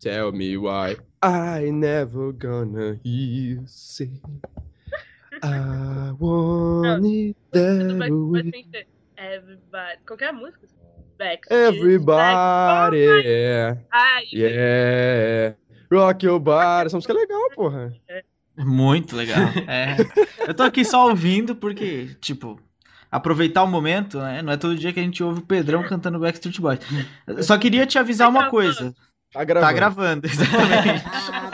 Tell me why I never gonna hear you say I want it that way. Everybody. Qualquer música. Everybody, Ai, yeah. Rock your body. Essa música é legal, porra. Muito legal. Eu tô aqui só ouvindo porque, tipo, aproveitar o momento, né? Não é todo dia que a gente ouve o Pedrão cantando Backstreet Boys. Só queria te avisar uma coisa. Tá gravando. Tá gravando, exatamente.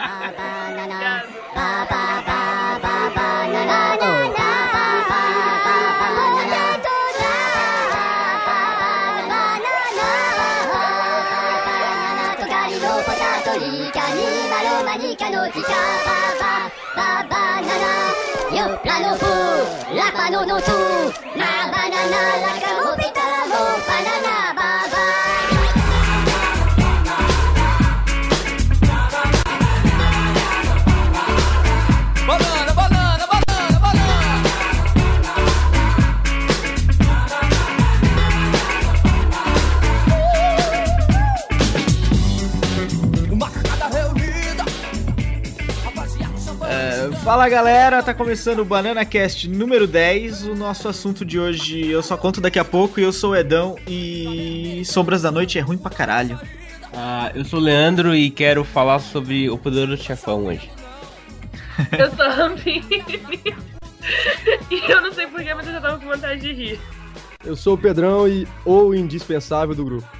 Fala galera, tá começando o Banana Cast número 10. O nosso assunto de hoje eu só conto daqui a pouco. E eu sou o Edão e Sombras da Noite é ruim pra caralho. Eu sou o Leandro e quero falar sobre o Poderoso Chefão hoje. Eu sou a Rampini. E eu não sei porquê, mas eu já tava com vontade de rir. Eu sou o Pedrão e o indispensável do grupo.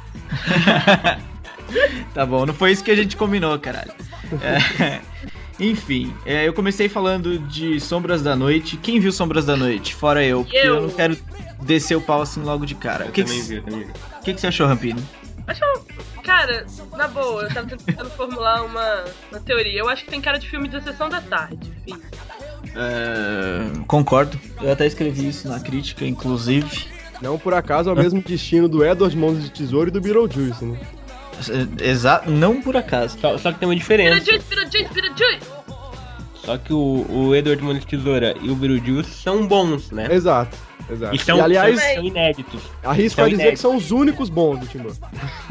Tá bom, não foi isso que a gente combinou, caralho. Enfim, eu comecei falando de Sombras da Noite. Quem viu Sombras da Noite? Fora eu, porque eu não quero descer o pau assim logo de cara. O que você achou, Rampini? Cara, na boa, eu tava tentando formular uma teoria. Eu acho que tem cara de filme da Sessão da Tarde, enfim. Concordo. Eu até escrevi isso na crítica, inclusive. Não por acaso é o mesmo destino do Edward Mãos de Tesouro e do Beetlejuice, né? Exato, não por acaso. Só que tem uma diferença. Beetlejuice! Só que o Edward Mãos de Tesoura e o Beetlejuice são bons, né? Exato. E aliás, são inéditos. Arrisco a dizer que são os únicos bons do Tim Burton.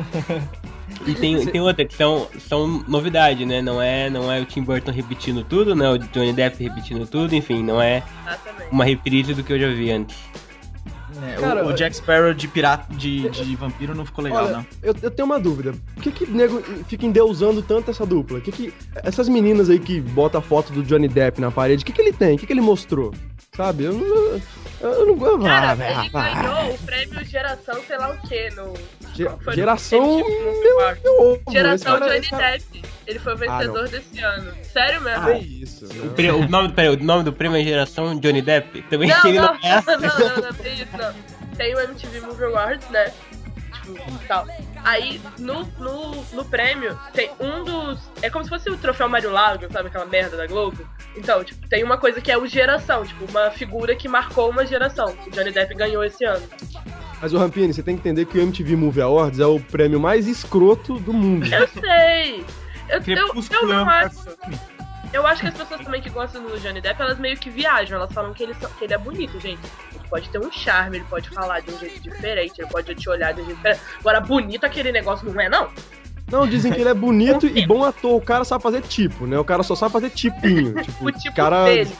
E tem outra que são novidade, né? Não é o Tim Burton repetindo tudo, né? O Johnny Depp repetindo tudo, enfim, não é uma reprise do que eu já vi antes. Cara, o Jack Sparrow de pirata, de vampiro não ficou legal, olha, não. Eu tenho uma dúvida. Por que nego fica endeusando tanto essa dupla? Essas meninas aí que botam a foto do Johnny Depp na parede, o que ele tem? O que ele mostrou? Sabe? Eu não gosto. Cara, ele ganhou o prêmio Geração sei lá o quê no... Geração... Geração Johnny Depp. Ele foi o vencedor desse ano. Sério mesmo? É isso. O nome do prêmio é Geração Johnny Depp? Também não, tem não tem isso, não. Tem o MTV Movie Awards, né? Tipo, tal. Aí, no prêmio, tem um dos... É como se fosse o troféu Mário Lago, sabe? Aquela merda da Globo. Então, tipo, tem uma coisa que é o Geração. Tipo, uma figura que marcou uma geração. O Johnny Depp ganhou esse ano. Mas, o Rampini, você tem que entender que o MTV Movie Awards é o prêmio mais escroto do mundo. Eu sei! Eu não acho. Eu acho que as pessoas também que gostam do Johnny Depp, elas meio que viajam. Elas falam que ele é bonito, gente. Ele pode ter um charme, ele pode falar de um jeito diferente, ele pode te olhar de um jeito diferente. Agora, bonito aquele negócio não é, não? Não, dizem que ele é bonito e bom ator. O cara sabe fazer tipo, né? O cara só sabe fazer tipinho. Tipo, o tipo cara... dele.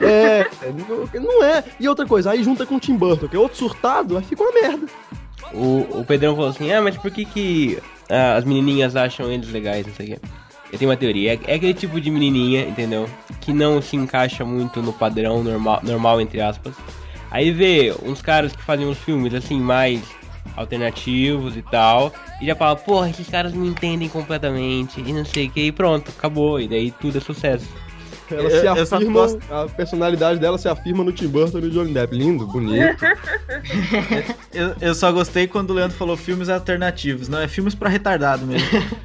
Não é. E outra coisa, aí junta com o Tim Burton, que é outro surtado, aí fica uma merda. O Pedrão falou assim, mas por que as menininhas acham eles legais, não sei o quê? Eu tenho uma teoria, é aquele tipo de menininha, entendeu? Que não se encaixa muito no padrão normal entre aspas. Aí vê uns caras que fazem uns filmes assim, mais alternativos e tal, e já fala, porra, esses caras me entendem completamente, e não sei o que, e pronto, acabou, e daí tudo é sucesso. Ela se afirma, a personalidade dela se afirma no Tim Burton e no Johnny Depp. Lindo, bonito. eu só gostei quando o Leandro falou filmes alternativos, não é filmes pra retardado mesmo.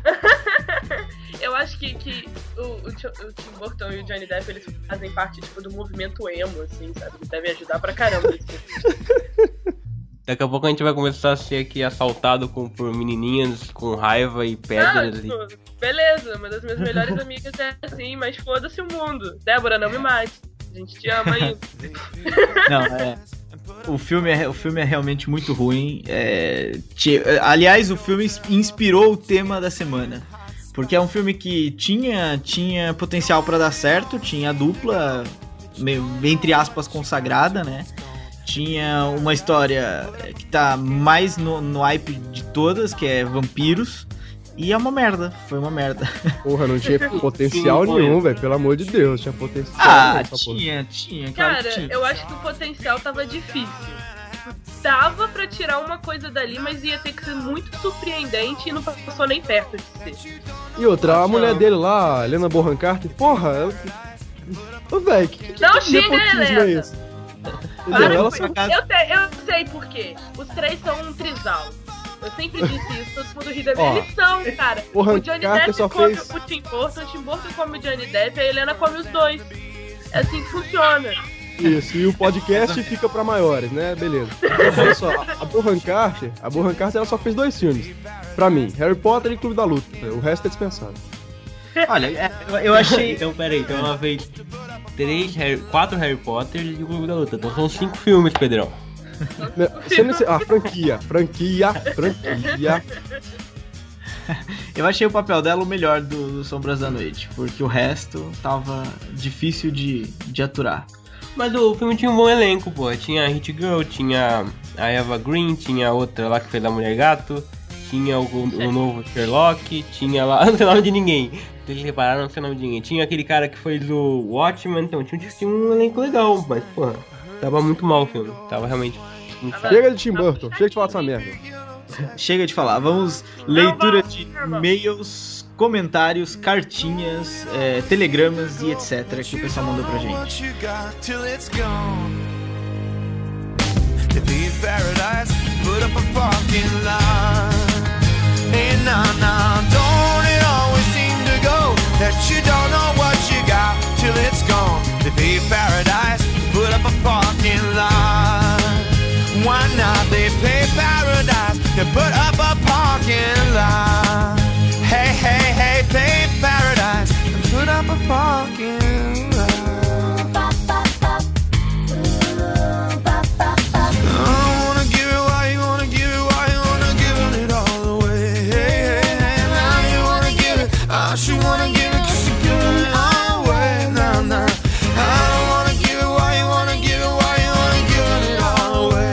Eu acho que o Tim Burton e o Johnny Depp, eles fazem parte, tipo, do movimento emo, assim, sabe? Eles devem ajudar pra caramba. Daqui a pouco a gente vai começar a ser aqui assaltado por menininhas com raiva e pedras. Beleza, uma das minhas melhores amigas é assim, mas foda-se o mundo. Débora, não me mate. A gente te ama ainda. Não, o filme é realmente muito ruim. Aliás, o filme inspirou o tema da semana. Porque é um filme que tinha potencial pra dar certo, tinha a dupla, meio, entre aspas, consagrada, né? Tinha uma história que tá mais no hype de todas, que é vampiros. E é uma merda, foi uma merda. Porra, não tinha potencial nenhum, velho. Pelo amor de Deus, tinha potencial. Tinha, cara, claro que tinha. eu acho que o potencial tava difícil. Dava pra tirar uma coisa dali, mas ia ter que ser muito surpreendente e não passou nem perto de ser. E outra, a mulher dele lá, a Helena Bonham Carter, porra, ô, velho, que Não xinga, nepotismo é Helena. esse? Entendeu? Ela só... Eu sei por quê. Os três são um trisal. Eu sempre disse isso, todo mundo ri da minha. Eles são, cara. O Johnny Carter Depp só come fez... o Tim Burton come o Johnny Depp, a Helena come os dois. É assim que funciona. Isso, e o podcast fica pra maiores, né? Beleza. Então, olha só, a Bonham Carter ela só fez 2 filmes. Pra mim, Harry Potter e Clube da Luta. O resto é dispensável. Olha, eu achei... Então, peraí, então ela fez 4 Harry Potter e o Clube da Luta. Então são 5 filmes, Pedrão. Franquia. Eu achei o papel dela o melhor do Sombras da Noite, porque o resto tava difícil de aturar. Mas o filme tinha um bom elenco, pô. Tinha a Hit Girl, tinha a Eva Green, tinha a outra lá que fez a Mulher Gato, tinha o novo Sherlock, tinha lá... Não sei o nome de ninguém. Vocês repararam, não sei o nome de ninguém. Tinha aquele cara que fez o Watchmen, então tinha um elenco legal, mas, porra, tava muito mal o filme. Tava realmente muito chato. Chega de Tim Burton, chega de falar dessa merda. Chega de falar, vamos leitura de e-mails, comentários, cartinhas, telegramas e etc que o pessoal mandou pra gente. Why not they pay paradise to put up a parking lot? Hey, hey, hey, pay paradise and put up a parking lot. I wanna give it, why you wanna give it, why you wanna give it all away? Hey, hey, hey, now you wanna give it, I should wanna give it, cause you're giving it all away. Nah, nah, I don't wanna give it, why you wanna give it, why you wanna give it all away?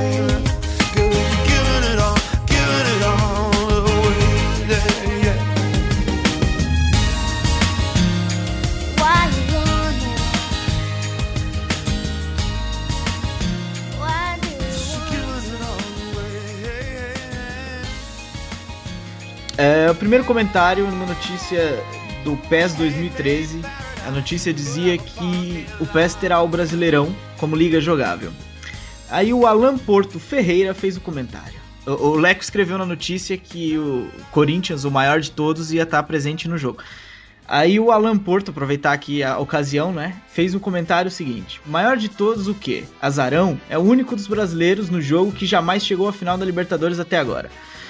O primeiro comentário numa notícia do PES 2013, a notícia dizia que o PES terá o Brasileirão como liga jogável. Aí o Alan Porto Ferreira fez o comentário. O Leco escreveu na notícia que o Corinthians, o maior de todos, ia estar presente no jogo. Aí o Alan Porto, aproveitar aqui a ocasião, né, fez um comentário seguinte: maior de todos o quê? Azarão é o único dos brasileiros no jogo que jamais chegou à final da Libertadores até agora.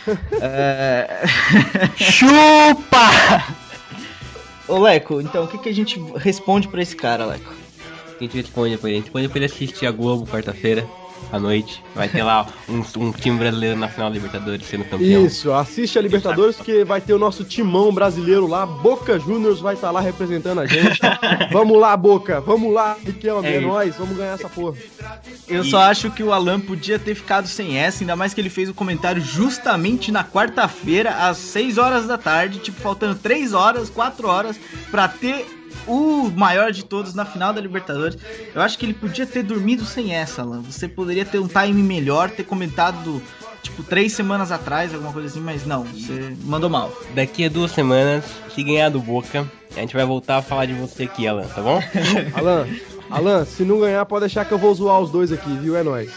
Chupa! Ô Leco, então o que a gente responde pra esse cara, Leco? O que a gente responde pra ele? A gente responde pra ele assistir a Globo quarta-feira à noite. Vai ter lá um time brasileiro na final da Libertadores sendo campeão. Isso, assiste a Libertadores que vai ter o nosso timão brasileiro lá. Boca Juniors vai estar lá representando a gente. Vamos lá, Boca, vamos lá, Riquelme, é nóis, vamos ganhar essa porra. Eu só acho que o Alan podia ter ficado sem essa, ainda mais que ele fez o comentário justamente na quarta-feira, às 6 horas da tarde, tipo, faltando 3 horas, 4 horas, pra ter o maior de todos na final da Libertadores. Eu acho que ele podia ter dormido sem essa, Alan. Você poderia ter um time melhor, ter comentado, tipo, 3 semanas atrás, alguma coisa assim, mas não, você mandou mal. Daqui a 2 semanas, se ganhar do Boca, a gente vai voltar a falar de você aqui, Alan, tá bom? Alan, se não ganhar, pode deixar que eu vou zoar os dois aqui, viu? É nóis.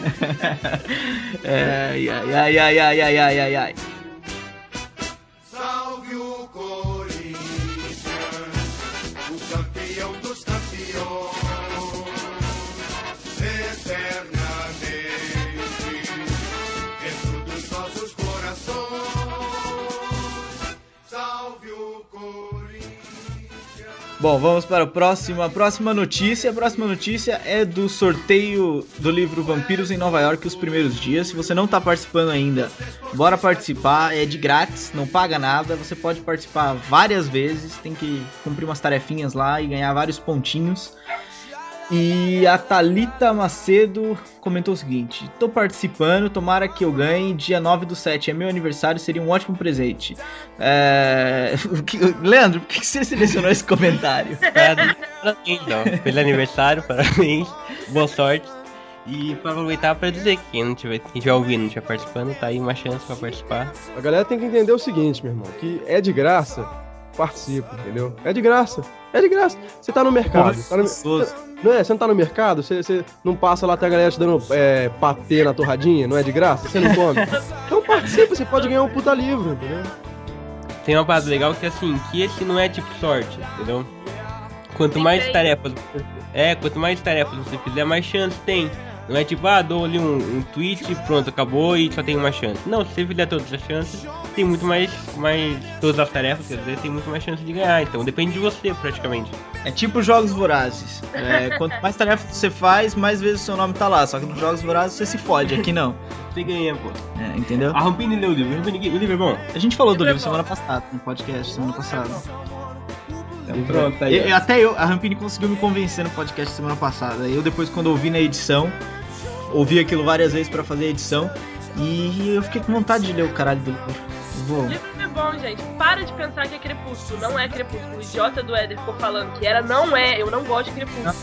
Ai. Salve o Corinthians, o campeão dos campeões, eternamente dentro dos nossos corações. Salve o Corinthians. Bom, vamos para a próxima notícia. A próxima notícia é do sorteio do livro Vampiros em Nova York, os primeiros dias. Se você não tá participando ainda, bora participar. É de grátis, não paga nada. Você pode participar várias vezes. Tem que cumprir umas tarefinhas lá e ganhar vários pontinhos. E a Thalita Macedo comentou o seguinte: tô participando, tomara que eu ganhe. Dia 9/7 é meu aniversário, seria um ótimo presente. Leandro, por que você selecionou esse comentário? Então, feliz aniversário, parabéns, boa sorte. E pra aproveitar pra dizer que quem estiver ouvindo, não estiver participando, tá aí uma chance pra participar. A galera tem que entender o seguinte, meu irmão, que é de graça, participa, entendeu? É de graça. Você tá no mercado. Você não tá no mercado? Você não passa lá, tem a galera te dando patê na torradinha? Não é de graça? Você não come? Então participa, você pode ganhar um puta livro, entendeu? Tem uma parada legal que assim, que esse não é tipo sorte, entendeu? Quanto mais tarefas você fizer, mais chance tem. Não é tipo, dou ali um tweet, pronto, acabou e só tem uma chance. Não, se você fizer todas as chances, tem muito mais todas as tarefas, quer dizer, tem muito mais chance de ganhar. Então depende de você, praticamente. É tipo Jogos Vorazes. Quanto mais tarefas você faz, mais vezes o seu nome tá lá. Só que nos Jogos Vorazes você se fode, aqui não. Você ganha, pô. Entendeu? A Rampini leu o livro. O livro é bom. A gente falou do livro semana passada, no podcast, semana passada. Pronto, tá aí. A Rampini conseguiu me convencer no podcast semana passada. Eu depois, quando ouvi na edição, ouvi aquilo várias vezes pra fazer a edição, e eu fiquei com vontade de ler o caralho do livro. O livro é bom, gente. Para de pensar que é Crepúsculo. Não é Crepúsculo. O idiota do Éder ficou falando que era, não é. Eu não gosto de Crepúsculo.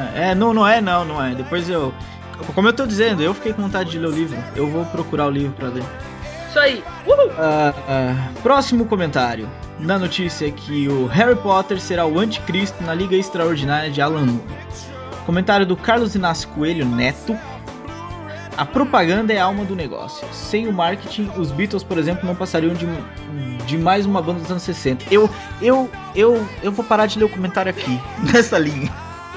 Não é. Depois como eu tô dizendo, eu fiquei com vontade de ler o livro. Eu vou procurar o livro pra ler. Isso aí. Uhul! Próximo comentário. Na notícia que o Harry Potter será o anticristo na Liga Extraordinária de Alan Moore. Comentário do Carlos Inácio Coelho Neto. A propaganda é a alma do negócio. Sem o marketing, os Beatles, por exemplo, não passariam de mais uma banda dos anos 60. Eu vou parar de ler o comentário aqui, nessa linha.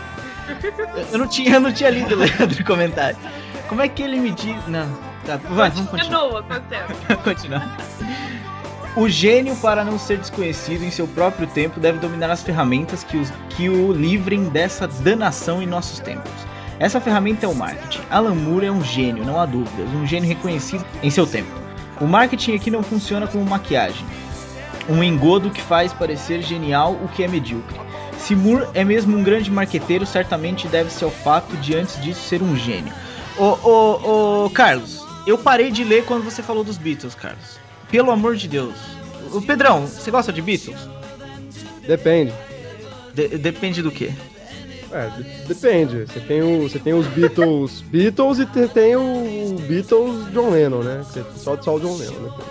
Eu não tinha lido o comentário. Como é que ele me diz... Não, tá, vamos continuar. Continuar. O gênio, para não ser desconhecido em seu próprio tempo, deve dominar as ferramentas que o livrem dessa danação em nossos tempos. Essa ferramenta é o marketing. Alan Moore é um gênio, não há dúvidas, um gênio reconhecido em seu tempo. O marketing aqui não funciona como maquiagem, um engodo que faz parecer genial o que é medíocre. Se Moore é mesmo um grande marqueteiro, certamente deve ser o fato de antes disso ser um gênio. Carlos, eu parei de ler quando você falou dos Beatles, Carlos. Pelo amor de Deus. O Pedrão, você gosta de Beatles? Depende. Depende do quê? Depende. Você tem os Beatles e tem o Beatles John Lennon, né? Só o John Lennon, né?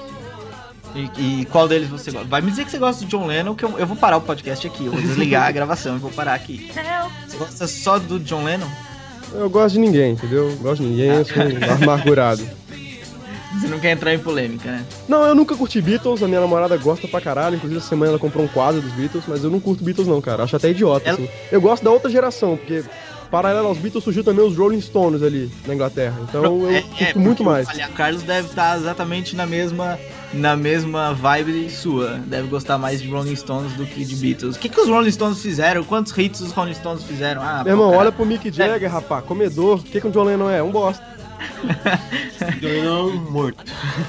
E qual deles você gosta? Vai me dizer que você gosta do John Lennon, que eu vou parar o podcast aqui. Eu vou desligar a gravação e vou parar aqui. Você gosta só do John Lennon? Eu gosto de ninguém, entendeu? Gosto de ninguém, eu sou amargurado. Você não quer entrar em polêmica, né? Não, eu nunca curti Beatles, a minha namorada gosta pra caralho, inclusive essa semana ela comprou um quadro dos Beatles, mas eu não curto Beatles não, cara, acho até idiota, assim. Eu gosto da outra geração, porque paralelo aos Beatles surgiu também os Rolling Stones ali na Inglaterra, então eu curto muito mais. O Carlos deve estar exatamente na mesma vibe sua, deve gostar mais de Rolling Stones do que de Beatles. O que os Rolling Stones fizeram? Quantos hits os Rolling Stones fizeram? Meu irmão, olha pro Mick Jagger, rapá, comedor, o que o John Lennon é? Um bosta. John Lennon morto.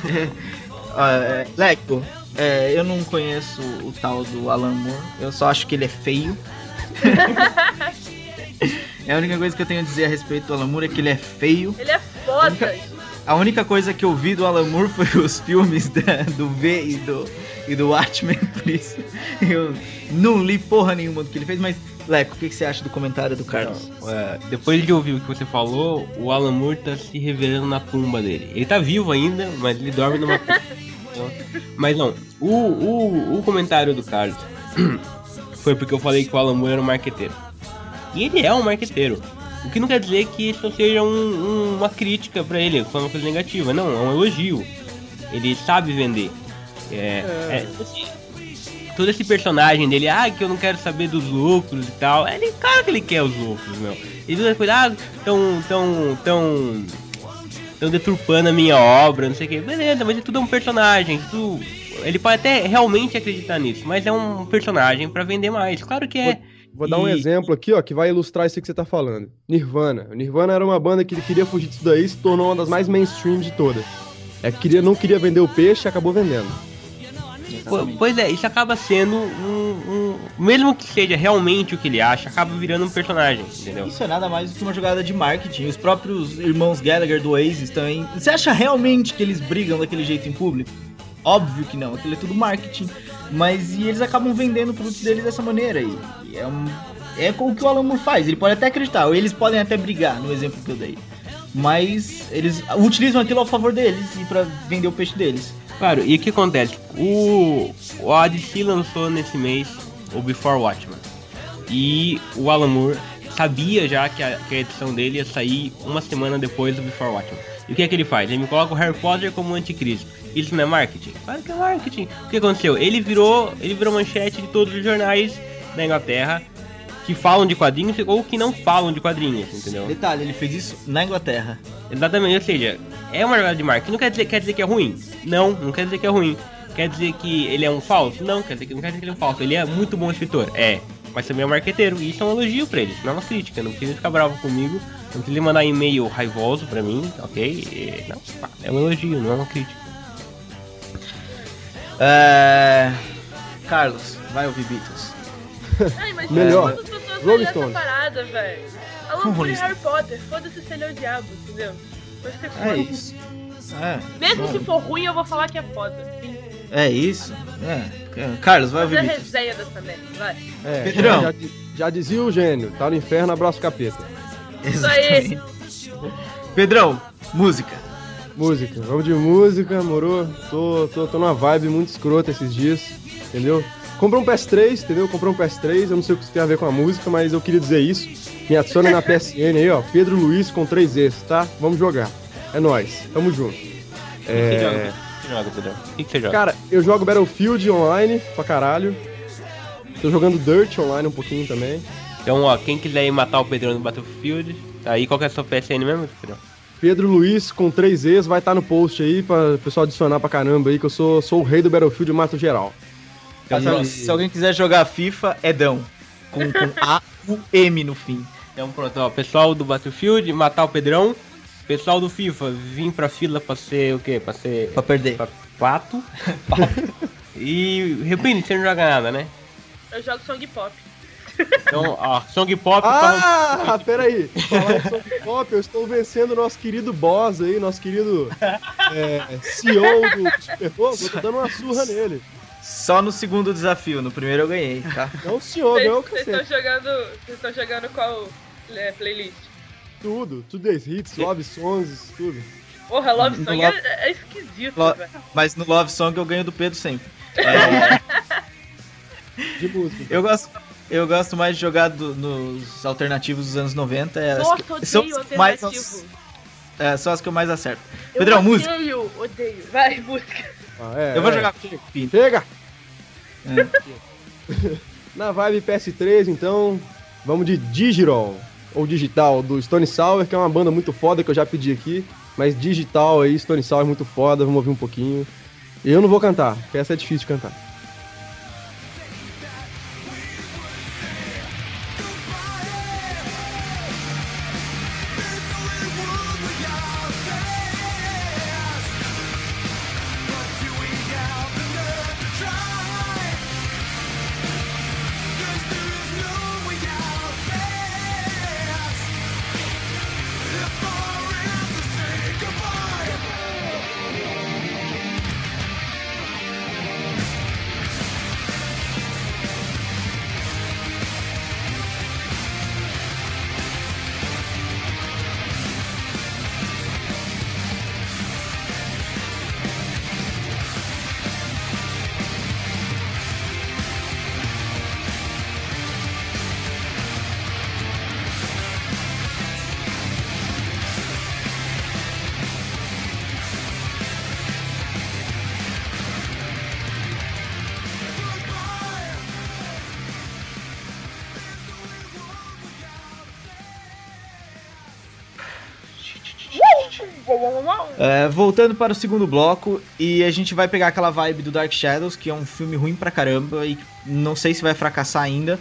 Leco, eu não conheço o tal do Alan Moore, eu só acho que ele é feio. A única coisa que eu tenho a dizer a respeito do Alan Moore é que ele é feio. Ele é foda. A única coisa que eu vi do Alan Moore foi os filmes do V e do Watchmen, por isso eu não li porra nenhuma do que ele fez, mas Leco, o que você acha do comentário do Carlos? Depois de ouvir o que você falou, o Alan Moore tá se revelando na tumba dele. Ele tá vivo ainda, mas ele dorme numa tumba. Mas não, o comentário do Carlos foi porque eu falei que o Alan Moore era um marqueteiro. E ele é um marqueteiro. O que não quer dizer que isso seja uma crítica pra ele, foi uma coisa negativa. Não, é um elogio. Ele sabe vender. Todo esse personagem dele, que eu não quero saber dos lucros e tal. Claro que ele quer os lucros, meu. Ele não cuidado, tão deturpando a minha obra, não sei o que. Beleza, mas tudo é um personagem. Ele pode até realmente acreditar nisso, mas é um personagem pra vender mais. Claro que é. Vou dar um exemplo aqui, ó, que vai ilustrar isso que você tá falando. Nirvana. O Nirvana era uma banda que queria fugir disso daí e se tornou uma das mais mainstream de todas. Não queria vender o peixe e acabou vendendo. Pois é, isso acaba sendo mesmo que seja realmente o que ele acha, acaba virando um personagem, entendeu? Isso é nada mais do que uma jogada de marketing. Os próprios irmãos Gallagher do Oasis também. Você acha realmente que eles brigam daquele jeito em público? Óbvio que não, aquilo é tudo marketing. Mas eles acabam vendendo produtos deles dessa maneira. E é o que o Alan Moore faz. Ele pode até acreditar, ou eles podem até brigar, no exemplo que eu dei. Mas eles utilizam aquilo a favor deles e pra vender o peixe deles. Claro, e o que acontece? O ADC lançou nesse mês o Before Watchmen. E o Alan Moore sabia já que a edição dele ia sair uma semana depois do Before Watchmen. E o que é que ele faz? Ele me coloca o Harry Potter como anticristo. Isso não é marketing? Claro que é marketing. O que aconteceu? Ele virou manchete de todos os jornais da Inglaterra que falam de quadrinhos ou que não falam de quadrinhos, entendeu? Detalhe, ele fez isso na Inglaterra. Exatamente, ou seja, é uma jogada de marketing. Não quer dizer que é ruim? Não quer dizer que é ruim. Quer dizer que ele é um falso? Não quer dizer que ele é um falso. Ele é muito bom escritor, mas também é marqueteiro. E isso é um elogio pra ele, não é uma crítica. Não precisa ficar bravo comigo, não precisa mandar e-mail raivoso pra mim, ok? Não, é um elogio, não é uma crítica. Carlos, vai ouvir Beatles. Ai, mas Melhor. quantas pessoas Rolling veem essa Stones. parada, velho? Alan Moore e Harry Potter, foda-se se ele é o diabo, entendeu? Vai ser foda. É isso. Mesmo se for ruim, eu vou falar que é foda. É isso. Carlos, vai Fazer ouvir Beatles. resenha dessa merda, vai. Pedrão. Já dizia o gênio, tá no inferno, abraça o capeta. Isso aí. Pedrão, música. Música, vamos de música, moro? Tô numa vibe muito escrota esses dias, entendeu? Comprei um PS3, entendeu? Comprei um PS3, eu não sei o que isso tem a ver com a música, mas eu queria dizer isso. Me adiciona na PSN aí, ó, Pedro Luiz com 3 Es, tá? Vamos jogar. É nóis, tamo junto. O que você joga, Pedrão? O que você joga? Cara, eu jogo Battlefield online pra caralho. Tô jogando Dirt online um pouquinho também. Então, ó, quem quiser ir matar o Pedrão no Battlefield, tá aí, qual que é a sua PSN mesmo, Pedrão? Pedro Luiz com 3 Es, vai estar no post aí pra o pessoal adicionar pra caramba aí, que eu sou o rei do Battlefield e mato geral. Então, se alguém quiser jogar FIFA, é Dão. Com A-U-M no fim. Então pronto, ó, pessoal do Battlefield, matar o Pedrão. Pessoal do FIFA, vim pra fila pra ser o quê? Pra perder. Pato. E, repito, você não joga nada, né? Eu jogo Song Pop. Então, ó, Song Pop... Pera aí. Falar em Song Pop, eu estou vencendo o nosso querido boss aí, nosso querido CEO do Superbowl. Eu tô dando uma surra nele. Só no segundo desafio, no primeiro eu ganhei, tá? Não, senhor, ganhou o Vocês cacete. estão jogando qual playlist? Tudo Today's Hits, Love Songs, tudo. Porra, Love No Song Love- é esquisito, velho. Mas no Love Song eu ganho do Pedro sempre. De música. Eu gosto mais de jogar nos alternativos dos anos 90. Nossa, odeio alternativo. São as que eu mais acerto. Eu Pedrão, música. Odeio. Vai, música. Eu vou jogar com o Pinto. Chega! Na vibe PS3, então, vamos de Digital, ou Digital, do Stone Sour, que é uma banda muito foda que eu já pedi aqui, mas Digital aí, Stone Sour é muito foda, vamos ouvir um pouquinho. Eu não vou cantar, porque essa é difícil de cantar. Voltando para o segundo bloco, e a gente vai pegar aquela vibe do Dark Shadows, que é um filme ruim pra caramba e não sei se vai fracassar ainda,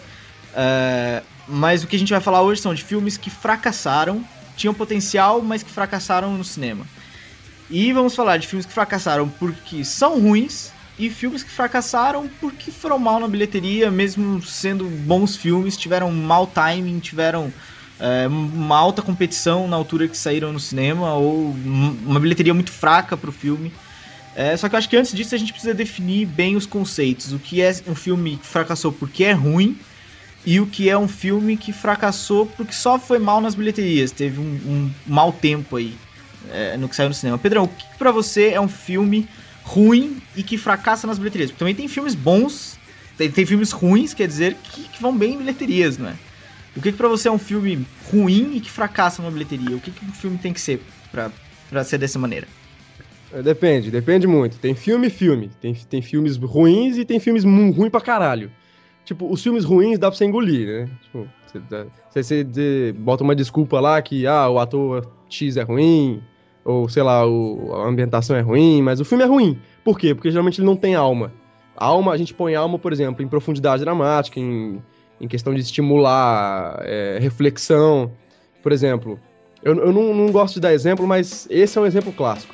Mas o que a gente vai falar hoje são de filmes que fracassaram, tinham potencial, mas que fracassaram no cinema. E vamos falar de filmes que fracassaram porque são ruins e filmes que fracassaram porque foram mal na bilheteria, mesmo sendo bons filmes, tiveram mau timing, tiveram uma alta competição na altura que saíram no cinema ou uma bilheteria muito fraca pro filme. Só que eu acho que antes disso a gente precisa definir bem os conceitos. O que é um filme que fracassou porque é ruim e o que é um filme que fracassou porque só foi mal nas bilheterias. Teve um mau tempo aí no que saiu no cinema. Pedrão, o que pra você é um filme ruim e que fracassa nas bilheterias? Porque também tem filmes bons, tem filmes ruins, quer dizer, que vão bem em bilheterias, não é? O que pra você é um filme ruim e que fracassa na bilheteria? O que um filme tem que ser pra ser dessa maneira? Depende muito. Tem filme. Tem filmes ruins e tem filmes ruins pra caralho. Tipo, os filmes ruins dá pra você engolir, né? Tipo, você bota uma desculpa lá que o ator X é ruim, ou sei lá, a ambientação é ruim, mas o filme é ruim. Por quê? Porque geralmente ele não tem alma. A gente põe alma, por exemplo, em profundidade dramática, em questão de estimular reflexão. Por exemplo, eu não gosto de dar exemplo, mas esse é um exemplo clássico.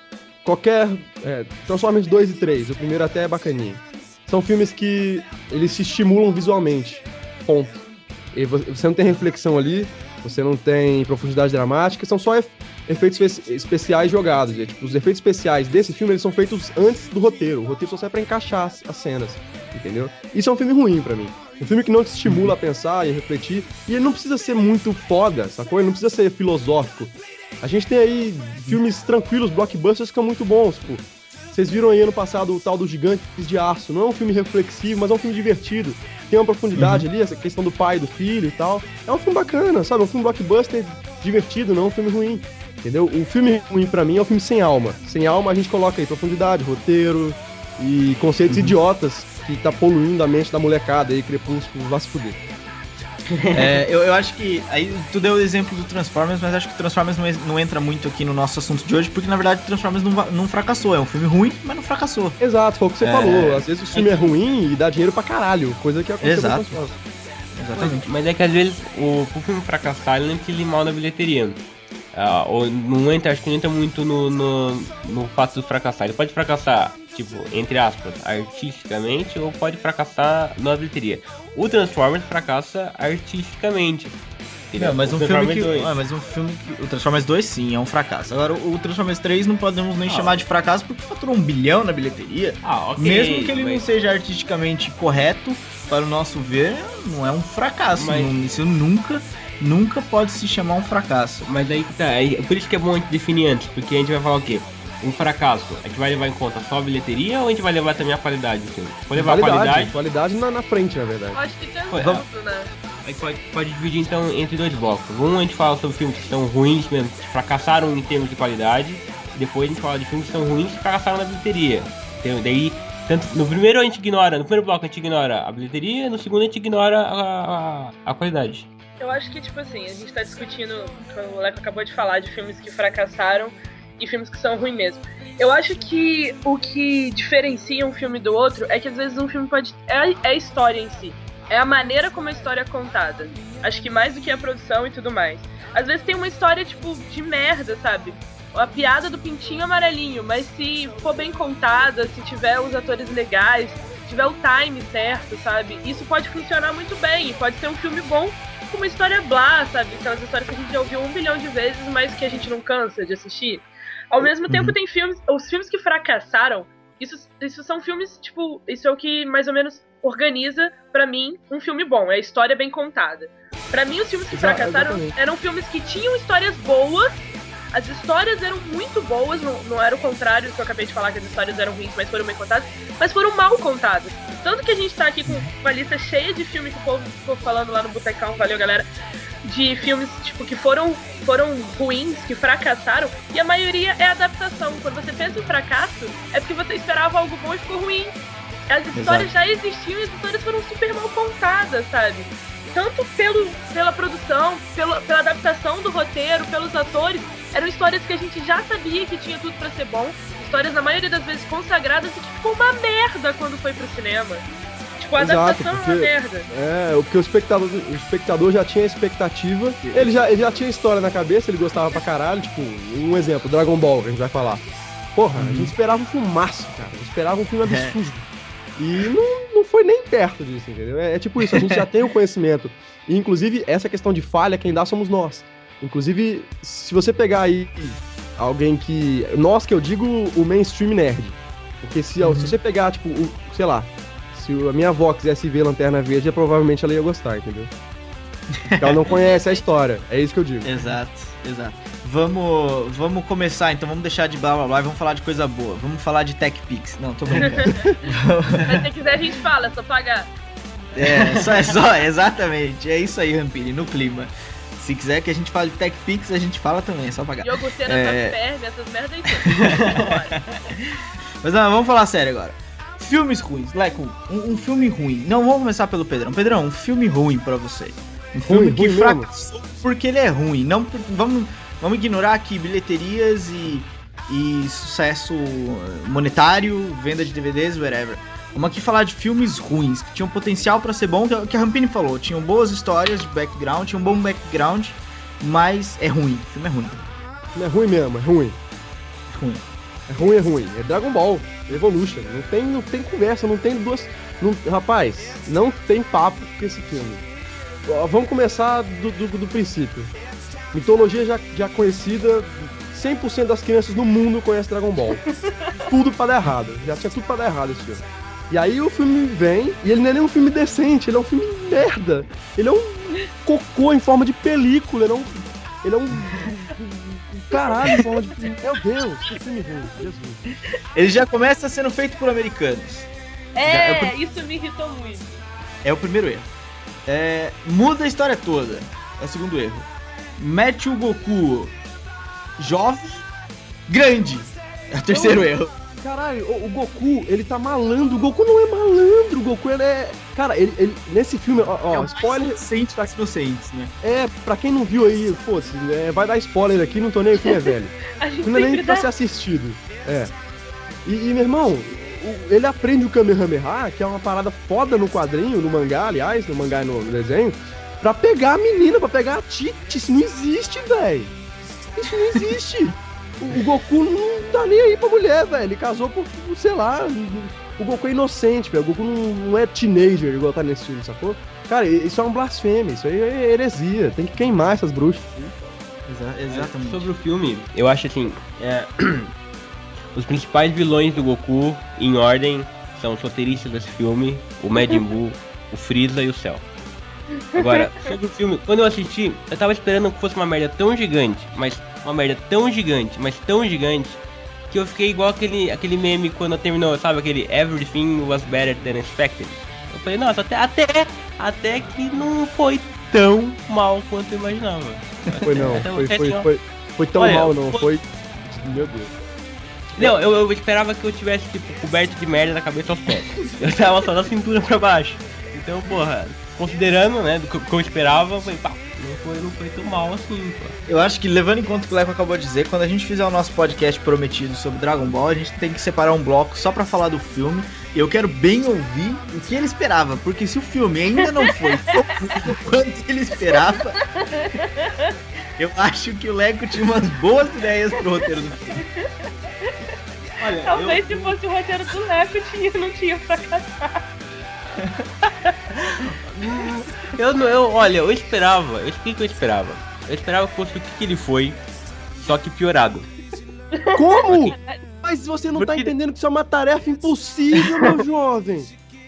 Transformers 2 e 3, o primeiro até é bacaninho. São filmes que eles se estimulam visualmente, ponto. E você não tem reflexão ali, você não tem profundidade dramática, são só efeitos especiais jogados. Tipo, os efeitos especiais desse filme eles são feitos antes do roteiro. O roteiro só serve pra encaixar as cenas, entendeu? Isso é um filme ruim pra mim. Um filme que não te estimula a pensar e a refletir. E ele não precisa ser muito foda, sacou? Ele não precisa ser filosófico. A gente tem aí filmes tranquilos, blockbusters que são muito bons, tipo... Vocês viram aí ano passado o tal do Gigantes de Aço. Não é um filme reflexivo, mas é um filme divertido. Tem uma profundidade ali, essa questão do pai e do filho e tal. É um filme bacana, sabe? É um filme blockbuster divertido, não é um filme ruim. Entendeu? O filme ruim pra mim é um filme sem alma. Sem alma a gente coloca aí profundidade, roteiro e conceitos idiotas que tá poluindo a mente da molecada aí, Crepúsculo, vai se fuder. Eu acho que aí tu deu o exemplo do Transformers, mas acho que o Transformers não entra muito aqui no nosso assunto de hoje, porque na verdade o Transformers não fracassou, é um filme ruim, mas não fracassou. Exato, foi o que você falou, às vezes o filme é ruim e dá dinheiro pra caralho, coisa que aconteceu com o Transformers. Exatamente. Mas é que às vezes o filme fracassar ele não precisa ir mal na bilheteria. Acho que não entra muito no fato de fracassar. Ele pode fracassar, tipo, entre aspas, artisticamente, ou pode fracassar na bilheteria. O Transformers fracassa artisticamente. Não, mas um filme que... O Transformers 2 sim, é um fracasso. Agora, o Transformers 3 não podemos nem chamar de fracasso porque faturou 1 bilhão na bilheteria. Ok. Mesmo que ele não seja artisticamente correto, para o nosso ver, não é um fracasso. Isso nunca pode se chamar um fracasso. Mas aí que tá, por isso que é bom a gente definir antes, porque a gente vai falar o quê? Um fracasso, a gente vai levar em conta só a bilheteria ou a gente vai levar também a qualidade do filme? Pode levar a qualidade na frente, na verdade. Eu acho que tem tanto, né? Aí pode dividir então entre dois blocos. Um a gente fala sobre filmes que estão ruins mesmo, que fracassaram em termos de qualidade. E depois a gente fala de filmes que são ruins que fracassaram na bilheteria. Então, daí, no primeiro no primeiro bloco a gente ignora a bilheteria, no segundo a gente ignora a qualidade. Eu acho que, tipo assim, a gente tá discutindo, o Leco acabou de falar, de filmes que fracassaram e filmes que são ruins mesmo. Eu acho que o que diferencia um filme do outro é que às vezes um filme pode... É a história em si. É a maneira como a história é contada. Acho que mais do que a produção e tudo mais. Às vezes tem uma história, tipo, de merda, sabe? A piada do pintinho amarelinho, mas se for bem contada, se tiver os atores legais, se tiver o time certo, sabe? Isso pode funcionar muito bem. Pode ser um filme bom com uma história blá, sabe? Aquelas histórias que a gente já ouviu 1 bilhão de vezes, mas que a gente não cansa de assistir. Ao mesmo tempo tem filmes... Os filmes que fracassaram, isso são filmes, tipo... Isso é o que mais ou menos organiza, pra mim, um filme bom. É a história bem contada. Pra mim, os filmes que fracassaram eram filmes que tinham histórias boas. As histórias eram muito boas, não era o contrário do que eu acabei de falar, que as histórias eram ruins, mas foram bem contadas, mas foram mal contadas. Tanto que a gente tá aqui com uma lista cheia de filmes que o povo ficou falando lá no Botecão, valeu galera, de filmes tipo, que foram ruins, que fracassaram, e a maioria é adaptação. Quando você pensa em fracasso, é porque você esperava algo bom e ficou ruim. As histórias já existiam e as histórias foram super mal contadas, sabe? Tanto pela produção, pela adaptação do roteiro, pelos atores, eram histórias que a gente já sabia que tinha tudo pra ser bom, histórias na maioria das vezes consagradas e que ficou uma merda quando foi pro cinema. Tipo, a adaptação é uma merda. Porque o espectador já tinha a expectativa, ele já tinha a história na cabeça, ele gostava pra caralho, tipo, um exemplo, Dragon Ball, que a gente vai falar. Porra, a gente esperava um filmaço, cara, a gente esperava um filme absurdo. E não foi nem perto disso, entendeu? É tipo isso, a gente já tem o conhecimento. E, inclusive, essa questão de falha, quem dá somos nós. Inclusive, se você pegar aí alguém que... Nós, que eu digo, o mainstream nerd. Porque se você pegar, tipo, sei lá, se a minha avó quisesse ver Lanterna Verde, provavelmente ela ia gostar, entendeu? Porque ela não conhece a história, é isso que eu digo. Exato. Vamos começar, então vamos deixar de blá blá blá e vamos falar de coisa boa. Vamos falar de TechPix. Não, tô brincando. Mas se quiser a gente fala, é só pagar. Exatamente. É isso aí, Rampini, no clima. Se quiser que a gente fale de TechPix, a gente fala também, é só pagar. Iogurteira, essas merdas aí tudo. Mas não, vamos falar sério agora. Filmes ruins, Leco, um filme ruim. Não, vamos começar pelo Pedrão. Pedrão, um filme ruim pra você. Um filme que fracassou porque ele é ruim. Não, vamos ignorar aqui bilheterias e sucesso monetário, venda de DVDs, whatever. Vamos aqui falar de filmes ruins, que tinham potencial pra ser bom, que a Rampini falou. Tinham boas histórias de background, tinham um bom background, mas é ruim. O filme é ruim. O filme é ruim mesmo, é ruim. É ruim. É Dragon Ball Evolution. Não tem conversa, não tem duas... rapaz, não tem papo com esse filme. Vamos começar do princípio. Mitologia já conhecida, 100% das crianças no mundo conhecem Dragon Ball. Tudo pra dar errado. Já tinha tudo pra dar errado esse filme. E aí o filme vem, e ele não é nem um filme decente, ele é um filme merda. Ele é um cocô em forma de película, ele é um caralho em forma de... Meu Deus, que filme ruim, Jesus. Ele já começa sendo feito por americanos. Isso me irritou muito. É o primeiro erro. Muda a história toda. É o segundo erro. Mete o Goku jovem, grande. É o terceiro erro. Caralho, o Goku, ele tá malandro. O Goku não é malandro. O Goku, ele é... Cara, ele nesse filme, ó, spoiler... Inocente das inocentes, né? Pra quem não viu aí, vai dar spoiler aqui, não tô nem... O filme é velho. O filme não é nem pra ser assistido. E, meu irmão, ele aprende o Kamehameha, que é uma parada foda no quadrinho, no mangá, aliás, no mangá e no desenho, pra pegar a menina, pra pegar a Titi. Isso não existe, velho. Isso não existe. O Goku não tá nem aí pra mulher, velho. Ele casou por, sei lá. O Goku é inocente, velho. O Goku não é teenager igual tá nesse filme, sacou? Cara, isso é uma blasfêmia. Isso aí é heresia. Tem que queimar essas bruxas. Exatamente. Sobre o filme, eu acho assim... Os principais vilões do Goku, em ordem, são os roteiristas desse filme, o Majin Buu, o Freeza e o Cell. Agora, sobre o filme, quando eu assisti, eu tava esperando que fosse uma merda tão gigante, mas tão gigante, que eu fiquei igual aquele meme quando terminou, sabe, aquele Everything was better than expected. Eu falei, nossa, até que não foi tão mal quanto eu imaginava. Foi tão mal, não, foi... Meu Deus. Não, eu esperava que eu tivesse, tipo, coberto de merda da cabeça aos pés. Eu tava só da cintura pra baixo. Então, porra, considerando, né, do que eu esperava, eu falei, pá, não foi tão mal assim, pô. Eu acho que, levando em conta o que o Leco acabou de dizer, quando a gente fizer o nosso podcast prometido sobre Dragon Ball, a gente tem que separar um bloco só pra falar do filme. E eu quero bem ouvir o que ele esperava, porque se o filme ainda não foi tão ruim quanto ele esperava, eu acho que o Leco tinha umas boas ideias pro roteiro do filme. Olha, talvez se fosse o roteiro do Leco, não tinha fracassado. Eu esperava. Eu explico o que eu esperava. Eu esperava que fosse o que ele foi, só que piorado. Como? Mas você não tá entendendo que isso é uma tarefa impossível, meu jovem.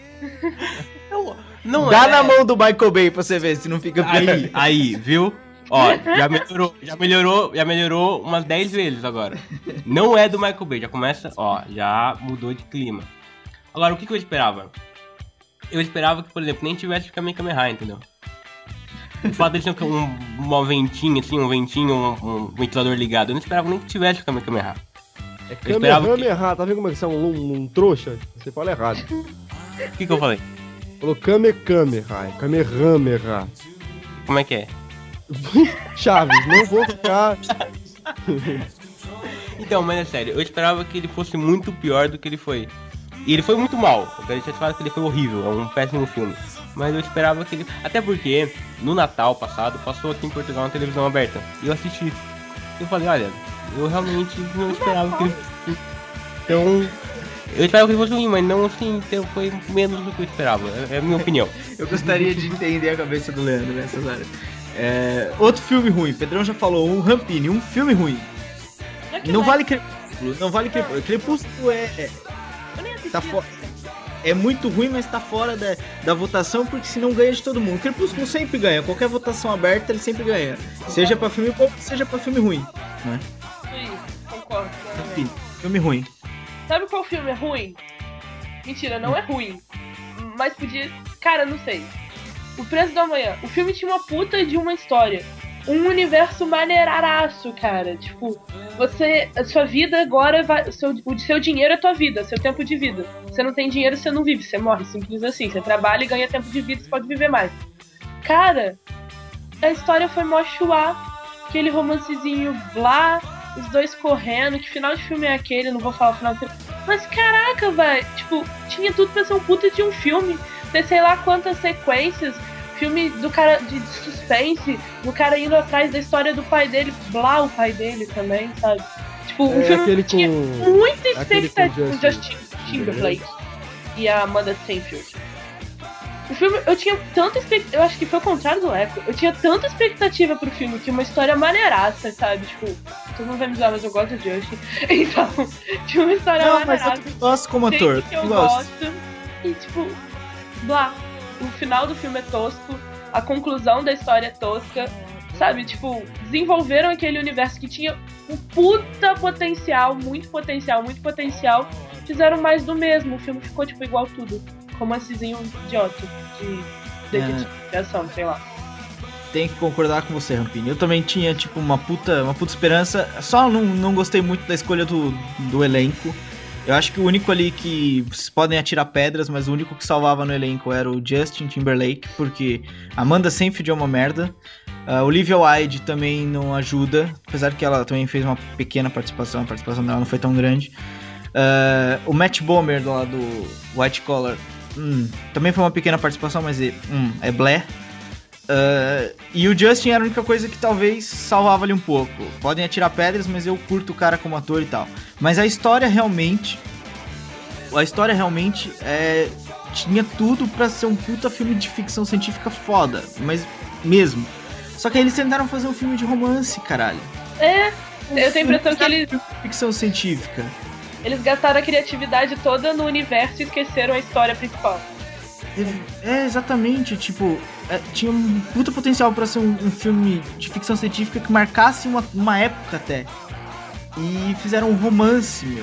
Não dá na mão do Michael Bay pra você ver se não fica bem. Aí, viu? Ó, já melhorou umas 10 vezes agora. Não é do Michael Bay, já começa, já mudou de clima. Agora, o que eu esperava? Eu esperava que, por exemplo, nem tivesse Kamehameha, entendeu? O fato de ter uma ventinha, assim, um ventilador ligado, eu não esperava nem que tivesse Kamehameha. É Kamehameha, tá vendo como é que você é um trouxa? Você fala errado. O que eu falei? Falou Kamehameha. Como é que é? Chaves, não vou ficar... Então, mas é sério, eu esperava que ele fosse muito pior do que ele foi. E ele foi muito mal. A gente fala que ele foi horrível, é um péssimo filme. Mas eu esperava que ele... Até porque, no Natal passado, passou aqui em Portugal uma televisão aberta. E eu assisti. Eu falei, olha, eu realmente não esperava que ele... Então... Eu esperava que ele fosse ruim, mas não assim, então foi menos do que eu esperava. É a minha opinião. Eu gostaria de entender a cabeça do Leandro nessas áreas. Outro filme ruim, Pedrão já falou, um Rampini, um filme ruim. Não vale Crepúsculo, não vale Crepúsculo. Crepúsculo tá é muito ruim, mas tá fora da votação, porque senão ganha de todo mundo. Crepúsculo sempre ganha, qualquer votação aberta ele sempre ganha. Seja pra filme bom, seja pra filme ruim, né? Sim, concordo. Filme ruim. Sabe qual filme é ruim? Mentira, não é ruim. Mas podia... Cara, não sei. O Preço da Manhã. O filme tinha uma puta de uma história. Um universo maneiraraço, cara. Tipo, a sua vida agora vai... O seu dinheiro é tua vida, seu tempo de vida. Você não tem dinheiro, você não vive, você morre. Simples assim. Você trabalha e ganha tempo de vida, você pode viver mais. Cara, a história foi mó chuá. Aquele romancezinho blá... Os dois correndo, que final de filme é aquele? Não vou falar o final do filme. Mas caraca, velho, tipo, tinha tudo pra ser um puta de um filme. Tem sei lá quantas sequências. Filme do cara de suspense, do cara indo atrás da história do pai dele, blá, o pai dele também, sabe? Tipo, um filme que tinha muita expectativa com Justin Timberlake e a Amanda Seyfried. O filme, eu tinha tanta expectativa, eu acho que foi o contrário do Echo, eu tinha tanta expectativa pro filme, tinha uma história maneiraça, sabe, tipo, todo mundo vai me zoar, mas eu gosto de Justin, então, tinha uma história maneiraça. Mas eu gosto como ator, eu gosto, e tipo, blá, o final do filme é tosco, a conclusão da história é tosca, sabe, tipo, desenvolveram aquele universo que tinha um puta potencial, muito potencial, fizeram mais do mesmo, o filme ficou, tipo, igual tudo. Romancezinho idiota de ação, sei lá. Tem que concordar com você, Rampini. Eu também tinha, tipo, uma puta esperança. Só não gostei muito da escolha do elenco. Eu acho que o único ali que vocês podem atirar pedras, mas o único que salvava no elenco era o Justin Timberlake, porque Amanda Seyfried é uma merda. Olivia Wilde também não ajuda, apesar que ela também fez uma pequena participação, a participação dela não foi tão grande. O Matt Bomer do lado do White Collar também foi uma pequena participação, mas é blé. E o Justin era a única coisa que talvez salvava ali um pouco. Podem atirar pedras, mas eu curto o cara como ator e tal. Mas a história realmente tinha tudo pra ser um puta filme de ficção científica foda, mas mesmo. Só que aí eles tentaram fazer um filme de romance, caralho. Eu tenho a impressão que eles... Ficção científica. Eles gastaram a criatividade toda no universo e esqueceram a história principal. Exatamente, tipo, tinha um puta potencial pra ser um filme de ficção científica que marcasse uma época até. E fizeram um romance, meu.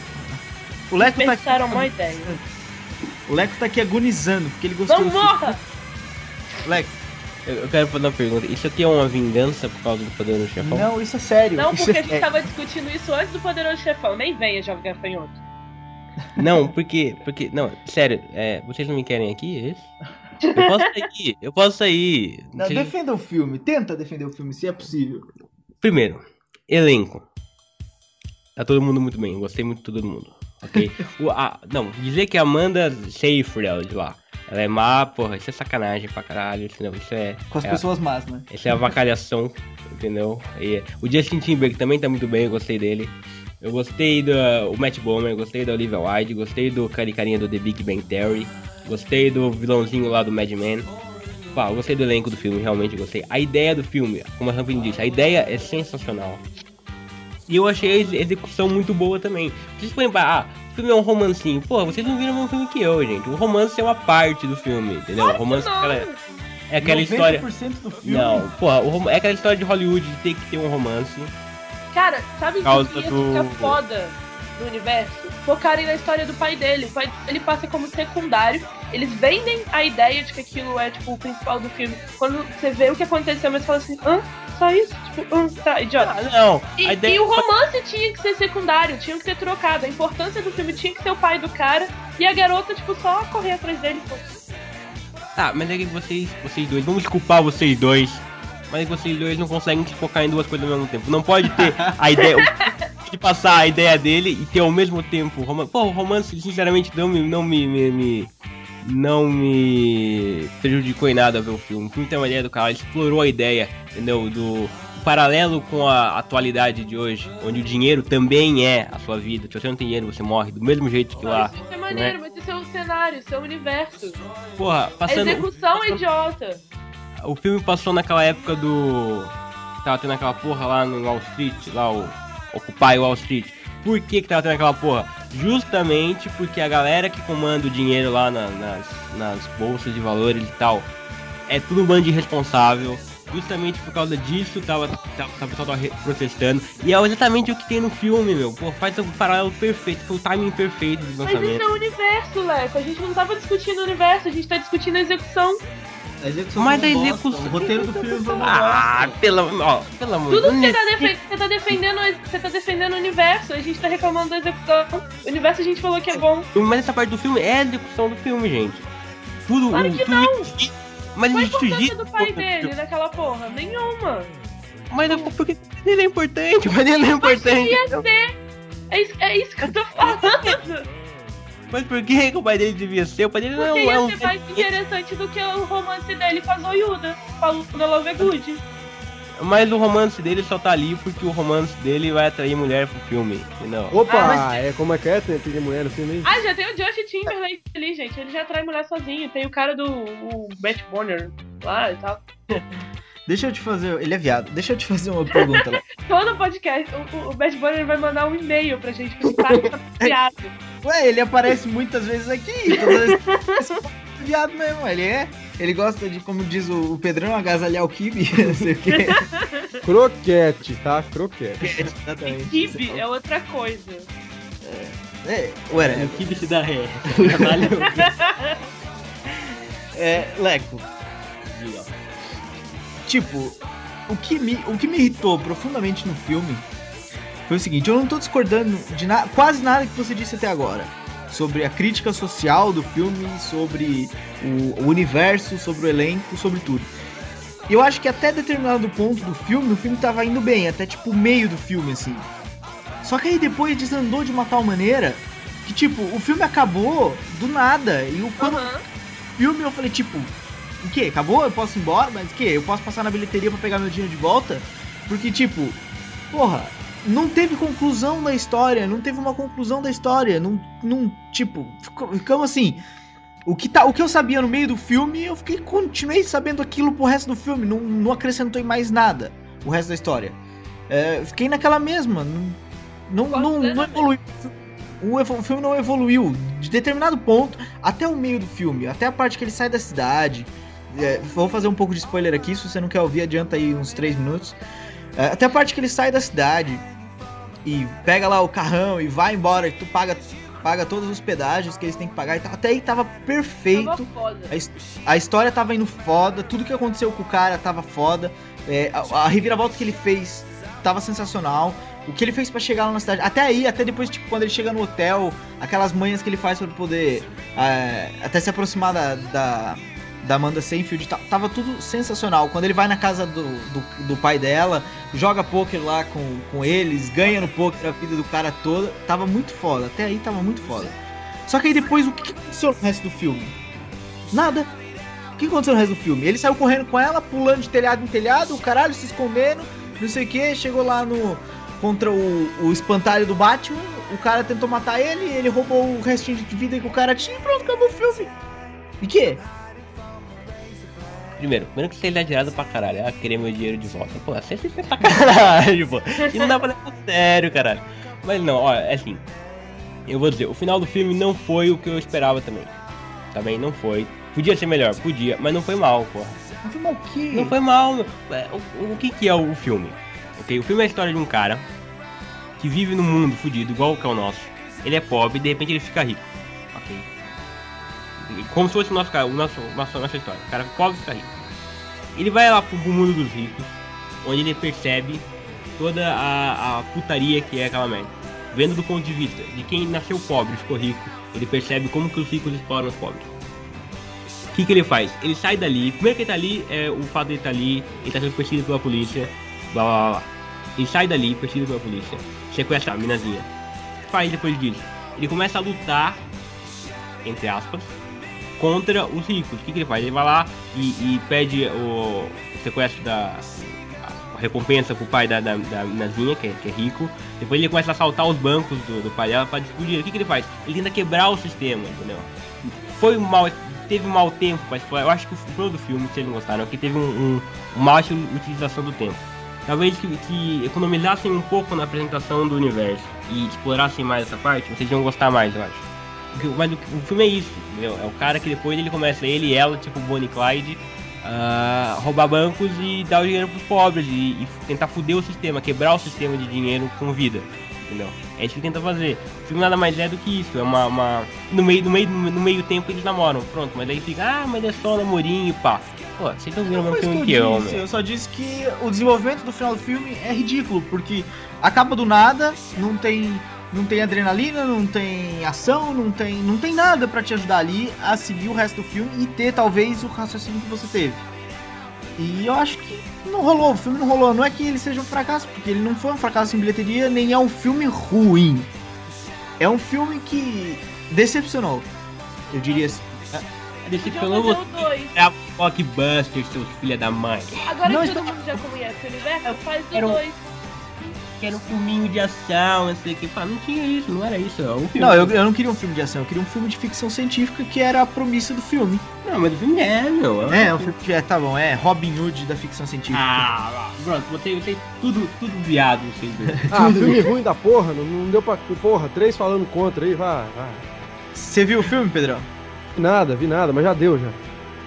O Leco pensaram uma ideia. O Leco tá aqui agonizando, porque ele gostou do filme. Não morra! Leco, eu quero fazer uma pergunta. Isso aqui é uma vingança por causa do Poderoso Chefão? Não, isso é sério. Não, porque a gente tava discutindo isso antes do Poderoso Chefão. Nem venha, Jovem Gafanhoto. Não, porque... Não, sério, vocês não me querem aqui, é isso? Eu posso sair. Não, defenda o filme. Tenta defender o filme, se é possível. Primeiro, elenco. Tá todo mundo muito bem. Eu gostei muito de todo mundo. Ok? Não, dizer que a Amanda Seyfried lá, ela é má, porra, isso é sacanagem pra caralho. Isso é... Com as pessoas más, né? Isso é avacalhação, entendeu? E o Justin Timberlake também tá muito bem, eu gostei dele. Eu gostei do Matt Bomer, gostei da Olivia Wilde, gostei do carinha do The Big Bang Theory, gostei do vilãozinho lá do Mad Men. Pá, eu gostei do elenco do filme, realmente gostei. A ideia do filme, como a Rampini disse, a ideia é sensacional. E eu achei a execução muito boa também. Vocês podem falar, o filme é um romancinho. Pô, vocês não viram o mesmo filme que eu, gente. O romance é uma parte do filme, entendeu? O romance é aquela história... do filme? Não, porra, é aquela história de Hollywood de ter que ter um romance. Cara, sabe o que ia ficar foda no universo? Focarem na história do pai dele. O pai ele passa como secundário. Eles vendem a ideia de que aquilo é, tipo, o principal do filme. Quando você vê o que aconteceu, mas você fala assim, só isso? Tipo, tá, idiota. Não. E o romance tinha que ser secundário, tinha que ser trocado. A importância do filme tinha que ser o pai do cara. E a garota, tipo, só correr atrás dele. Pô. Tá, mas é que vocês dois, vamos culpar vocês dois. Mas vocês dois não conseguem se focar em duas coisas ao mesmo tempo. Não pode ter a ideia... de passar a ideia dele e ter ao mesmo tempo romance. Pô, o romance, sinceramente, não me prejudicou em nada ver o filme. O filme tem uma ideia do cara, ele explorou a ideia, entendeu? Do paralelo com a atualidade de hoje, onde o dinheiro também é a sua vida. Se você não tem dinheiro, você morre do mesmo jeito que lá. Isso é maneiro, mas isso é um cenário, isso é um universo. Porra, passando... A execução é idiota. O filme passou naquela época do... Tava tendo aquela porra lá no Wall Street, lá o Occupy Wall Street. Por que tava tendo aquela porra? Justamente porque a galera que comanda o dinheiro lá nas bolsas de valores e tal, é tudo um bando de irresponsável. Justamente por causa disso, o pessoal tava protestando. E é exatamente o que tem no filme, meu. Pô, faz um paralelo perfeito, foi o timing perfeito de lançamento. Mas isso é o universo, Leco. A gente não tava discutindo o universo, a gente tá discutindo a execução. Mas a execução... O roteiro do filme foi pelo amor Tudo que você tá defendendo o universo, a gente tá reclamando da execução. O universo a gente falou que é bom. Mas essa parte do filme é a execução do filme, gente. Tudo, claro que não. Mas qual a importância do pai dele naquela porra? Nenhuma. Mas porque ele é importante, mas ele é importante. Devia ser. É isso que eu tô falando. Mas por que o pai dele devia ser? O pai dele não é um... Porque ia ser mais interessante do que o romance dele com a Zoiuda, falando da Love é Good. Mas o romance dele só tá ali porque o romance dele vai atrair mulher pro filme, entendeu? Opa, como é que é? Tem mulher no filme aí? Já tem o Josh Timberlake ali, gente. Ele já atrai mulher sozinho. Tem o cara do Matt Bonner lá e tal. Deixa eu te fazer... Ele é viado. Deixa eu te fazer uma pergunta, Léo. Todo podcast, o Matt Bonner vai mandar um e-mail pra gente perguntar se tá viado. Ué, ele aparece muitas vezes aqui. Todas vezes... viado mesmo, ele gosta de, como diz o Pedrão, agasalhar o kibe, não sei o que. Croquete, tá? Croquete. Exatamente. Kibe é outra coisa. O kibe se dá ré. Leco. Tipo, o que me irritou profundamente no filme foi o seguinte: eu não tô discordando de quase nada que você disse até agora. Sobre a crítica social do filme, sobre o universo, sobre o elenco, sobre tudo. E eu acho que até determinado ponto do filme, o filme tava indo bem, até tipo o meio do filme, assim. Só que aí depois desandou de uma tal maneira que, tipo, o filme acabou do nada. E quando o filme eu falei, tipo, o quê? Acabou? Eu posso ir embora? Mas o quê? Eu posso passar na bilheteria pra pegar meu dinheiro de volta? Porque, tipo, porra... Não teve conclusão da história, não teve uma conclusão da história, tipo, ficamos assim, o que eu sabia no meio do filme, eu continuei sabendo aquilo pro resto do filme, não acrescentou em mais nada o resto da história. Fiquei naquela mesma, não evoluiu, o filme não evoluiu, de determinado ponto, até o meio do filme, até a parte que ele sai da cidade, vou fazer um pouco de spoiler aqui, se você não quer ouvir, adianta aí uns 3 minutos, até a parte que ele sai da cidade e pega lá o carrão e vai embora, e tu paga todos os pedágios que eles têm que pagar e tal. Até aí tava perfeito. Tava foda. A história tava indo foda, tudo que aconteceu com o cara tava foda. A reviravolta que ele fez tava sensacional. O que ele fez pra chegar lá na cidade, até aí, até depois, tipo, quando ele chega no hotel, aquelas manhas que ele faz pra poder até se aproximar da Amanda Seyfried, tava tudo sensacional. Quando ele vai na casa do pai dela, joga poker lá com eles, ganha no poker a vida do cara toda, tava muito foda, até aí tava muito foda. Só que aí depois, o que aconteceu no resto do filme? Nada. O que aconteceu no resto do filme? Ele saiu correndo com ela, pulando de telhado em telhado, o caralho, se escondendo, não sei o que, chegou lá contra o espantalho do Batman, o cara tentou matar ele roubou o restinho de vida que o cara tinha e pronto, acabou o filme. E que? Primeiro que você é exagerado pra caralho, querer meu dinheiro de volta. Pô, você é pra caralho, pô. E não dá pra levar sério, caralho. Mas não, olha, é assim. Eu vou dizer, o final do filme não foi o que eu esperava também. Também não foi. Podia ser melhor, podia, mas não foi mal, porra. Não foi mal o quê? Não foi mal. O que é o filme? Ok, o filme é a história de um cara que vive num mundo fudido, igual que é o nosso. Ele é pobre e de repente ele fica rico. Ok. Como se fosse o nosso cara, nossa história. O cara pobre fica rico. Ele vai lá pro mundo dos ricos, onde ele percebe toda a putaria que é aquela merda. Vendo do ponto de vista de quem nasceu pobre e ficou rico, ele percebe como que os ricos exploram os pobres. O que ele faz? Ele sai dali, primeiro que ele tá ali, o fato de ele tá ali, ele tá sendo perseguido pela polícia, blá blá blá. Ele sai dali, perseguido pela polícia, sequestra a minazinha. O que faz depois disso? Ele começa a lutar, entre aspas, contra os ricos. O que ele faz? Ele vai lá e pede o sequestro a recompensa pro pai da minazinha, que é rico. Depois ele começa a assaltar os bancos do pai dela pra discutir. O que ele faz? Ele tenta quebrar o sistema, entendeu? Teve um mau tempo pra explorar. Eu acho que o problema do filme, se vocês não gostaram, é que teve uma má utilização do tempo. Talvez que economizassem um pouco na apresentação do universo e explorassem mais essa parte, vocês iam gostar mais, eu acho. Mas o filme é isso, entendeu? É o cara que depois ele começa, ele e ela, tipo Bonnie e Clyde, roubar bancos e dar o dinheiro pros pobres e tentar foder o sistema, quebrar o sistema de dinheiro com vida, entendeu? É isso que ele tenta fazer. O filme nada mais é do que isso, é no meio tempo eles namoram, pronto, mas aí fica, mas é só namorinho e pá. Pô, vocês estão vendo o mesmo filme que eu, meu. Eu só disse que o desenvolvimento do final do filme é ridículo, porque acaba do nada, não tem adrenalina, não tem ação, não tem nada pra te ajudar ali a seguir o resto do filme e ter talvez o raciocínio que você teve. E eu acho que não rolou, o filme não rolou. Não é que ele seja um fracasso, porque ele não foi um fracasso em bilheteria, nem é um filme ruim. É um filme que decepcionou, eu diria assim. Decepcionou você. É a blockbuster, seus filha da mãe. Agora que todo mundo já conhece o universo, faz o 2. Que era um filminho de ação, não sei o que. Não tinha isso, não era isso. Não, eu não queria um filme de ação, eu queria um filme de ficção científica, que era a premissa do filme. Não, mas o filme meu. Um filme que tá bom, é Robin Hood da ficção científica. Pronto, você tudo viado, vocês dois. Filme ruim da porra, não deu pra... Porra, 3 falando contra aí, vai. Você viu o filme, Pedrão? Vi nada, mas já deu, já.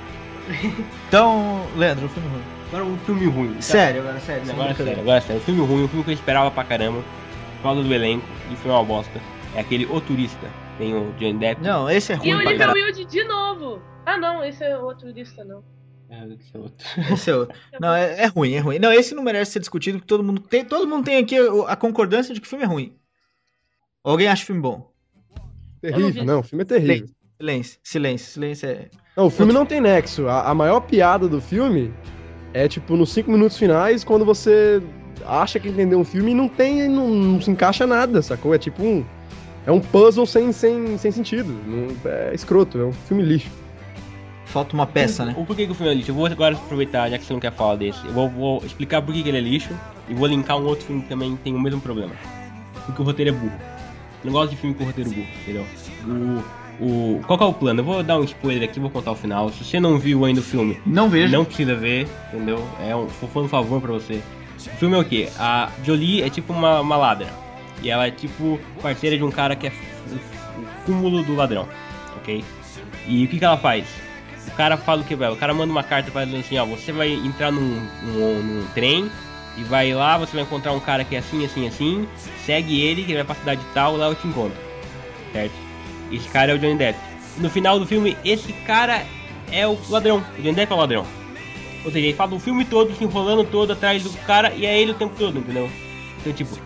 Então, Leandro, o filme ruim. Agora um filme ruim. Tá? Sério. Agora sério. Um filme ruim, um filme que eu esperava pra caramba. Por causa do elenco, e foi uma bosta. É aquele O Turista. Tem o Johnny Depp. Não, esse é ruim. E o Olivia Wilde de novo. Não, esse é o turista, não. Esse é outro. Esse é outro. Não, é ruim. Não, esse não merece ser discutido, porque todo mundo tem aqui a concordância de que o filme é ruim. Alguém acha o filme bom? Terrível, não, o filme é terrível. Silêncio é... Não, o filme não tem nexo. A maior piada do filme é, tipo, nos 5 minutos finais, quando você acha que entendeu um filme e não se encaixa nada, sacou? É tipo é um puzzle sem sentido. É escroto, é um filme lixo. Falta uma peça, né? Por que o filme é lixo? Eu vou agora aproveitar, já que você não quer falar desse. Eu vou explicar por que ele é lixo e vou linkar um outro filme que também tem o mesmo problema. Porque o roteiro é burro. Eu não gosto de filme com roteiro burro, entendeu? Qual que é o plano? Eu vou dar um spoiler aqui, vou contar o final. Se você não viu ainda o filme, não vejo. Não precisa ver, entendeu? Foi um favor pra você. O filme é o quê? A Jolie é tipo uma ladra. E ela é tipo parceira de um cara que é o cúmulo do ladrão, ok? E o que ela faz? O cara fala o que, velho? O cara manda uma carta pra ela assim, você vai entrar num trem e vai lá, você vai encontrar um cara que é assim, assim, assim. Segue ele, que ele vai pra cidade tal, lá eu te encontro. Certo? Esse cara é o Johnny Depp. No final do filme, esse cara é o ladrão. O Johnny Depp é o ladrão. Ou seja, ele fala o filme todo, se enrolando todo atrás do cara e é ele o tempo todo, entendeu? Então, tipo,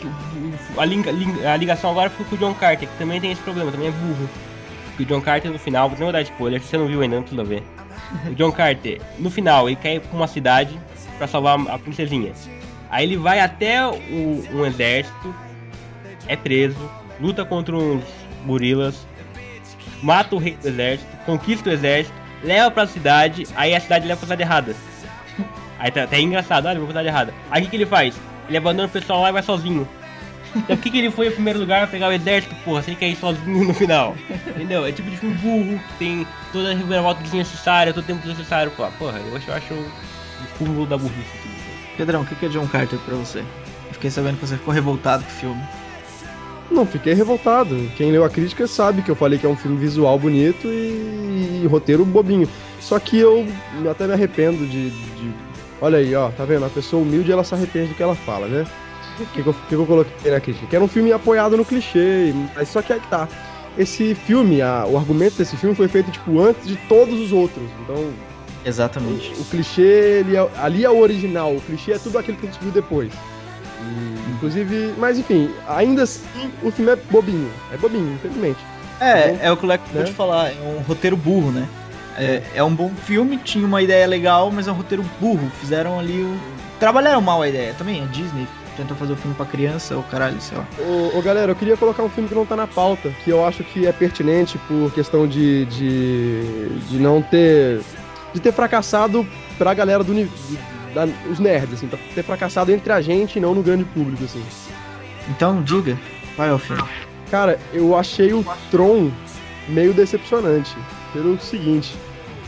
a ligação agora foi com o John Carter, que também tem esse problema, também é burro. Porque o John Carter no final, não vou dar spoiler, se você não viu ainda, não precisa ver. O John Carter, no final, ele cai pra uma cidade pra salvar a princesinha. Aí ele vai até um exército, é preso, luta contra uns gorilas, mata o rei do exército, conquista o exército, leva pra cidade, aí a cidade leva pra cidade errada. Aí tá até engraçado, olha, leva pra cidade errada. Aí o que ele faz? Ele abandona o pessoal lá e vai sozinho. Então por que ele foi em primeiro lugar pra pegar o exército, porra, sem quer ir sozinho no final? Entendeu? É tipo de filme burro, que tem toda a reviravolta desnecessária, todo tempo desnecessário, porra, eu acho o cúmulo da burrice. Pedrão, o que é John Carter pra você? Eu fiquei sabendo que você ficou revoltado com o filme. Não, fiquei revoltado. Quem leu a crítica sabe que eu falei que é um filme visual bonito e roteiro bobinho. Só que eu até me arrependo de... Olha aí, ó, tá vendo? A pessoa humilde, ela se arrepende do que ela fala, né? O que eu coloquei na crítica? Que era um filme apoiado no clichê, mas só que aí que tá. Esse filme, o argumento desse filme foi feito, tipo, antes de todos os outros. Então... Exatamente. O clichê, ali é o original. O clichê é tudo aquilo que a gente viu depois. Inclusive, mas enfim, ainda assim o filme é bobinho, infelizmente. É o que o Leco acabou de falar, é um roteiro burro, né? É um bom filme, tinha uma ideia legal, mas é um roteiro burro. Fizeram ali trabalharam mal a ideia também, a Disney tenta fazer o filme pra criança, ou caralho, sei lá. Ô, galera, eu queria colocar um filme que não tá na pauta, que eu acho que é pertinente por questão de não ter... de ter fracassado pra galera os nerds, assim, pra ter fracassado entre a gente e não no grande público, assim. Então, diga, qual é o filme? Cara, eu achei o Tron meio decepcionante, pelo seguinte,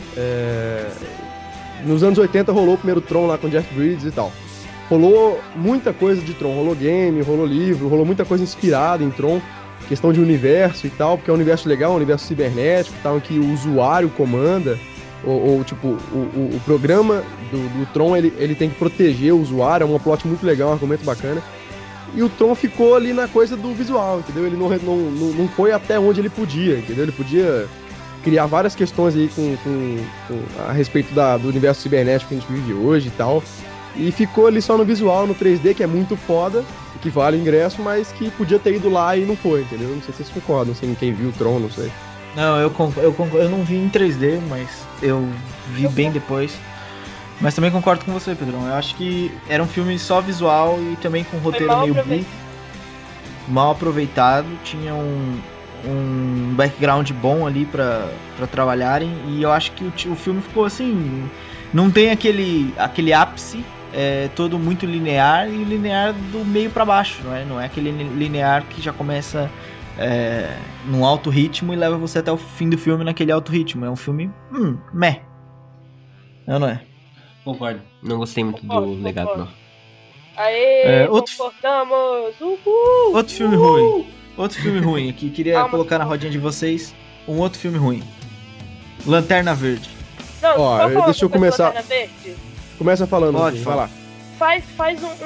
nos anos 80 rolou o primeiro Tron lá com Jeff Bridges e tal. Rolou muita coisa de Tron, rolou game, rolou livro, rolou muita coisa inspirada em Tron, questão de universo e tal, porque é um universo legal, um universo cibernético e tal, em que o usuário comanda, ou tipo, o programa do Tron, ele tem que proteger o usuário, é um plot muito legal, um argumento bacana. E o Tron ficou ali na coisa do visual, entendeu? Ele não foi até onde ele podia, entendeu? Ele podia criar várias questões aí a respeito do universo cibernético que a gente vive hoje e tal. E ficou ali só no visual, no 3D, que é muito foda, que vale o ingresso, mas que podia ter ido lá e não foi, entendeu? Não sei se vocês concordam, não sei quem viu o Tron, não sei. Não, eu não vi em 3D, mas eu vi bem depois. Mas também concordo com você, Pedrão. Eu acho que era um filme só visual e também com um roteiro meio mal aproveitado. Tinha um background bom ali pra trabalharem. E eu acho que o filme ficou assim... Não tem aquele ápice, todo muito linear, e linear do meio pra baixo, não é? Não é aquele linear que já começa num alto ritmo e leva você até o fim do filme naquele alto ritmo. É um filme meh. Não é? Concordo. Não gostei muito do legado, não. Aê, concordamos! Uhul! Outro filme ruim. Outro filme ruim aqui. Queria colocar na rodinha de vocês um outro filme ruim. Lanterna Verde. Não, ó, deixa eu começar. Começa falando, pode vai lá. Faz um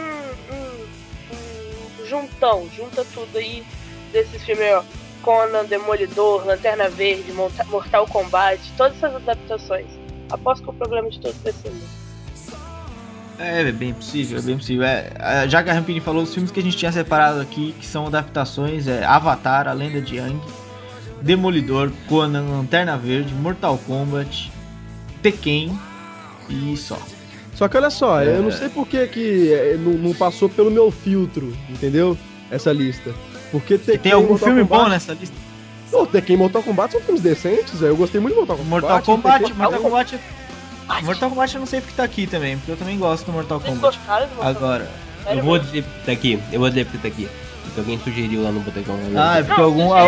juntão, junta tudo aí desses filmes aí, ó. Conan, Demolidor, Lanterna Verde, Mortal Kombat, todas essas adaptações. Aposto que o problema de todos vai ser isso. É bem possível, é bem possível. Já que a Rampini falou, os filmes que a gente tinha separado aqui, que são adaptações, Avatar, A Lenda de Aang, Demolidor, Conan, Lanterna Verde, Mortal Kombat, Tekken e só. Só que olha só, eu não sei por que não passou pelo meu filtro, entendeu? Essa lista. Porque Tekken, tem algum Mortal filme Kombat... bom nessa lista? Não, Tekken e Mortal Kombat são filmes decentes, eu gostei muito de Mortal Kombat. Mortal Kombat eu não sei porque tá aqui também, porque eu também gosto do Mortal Kombat. Agora, eu vou dizer porque tá aqui, porque alguém sugeriu lá no Botecão. É porque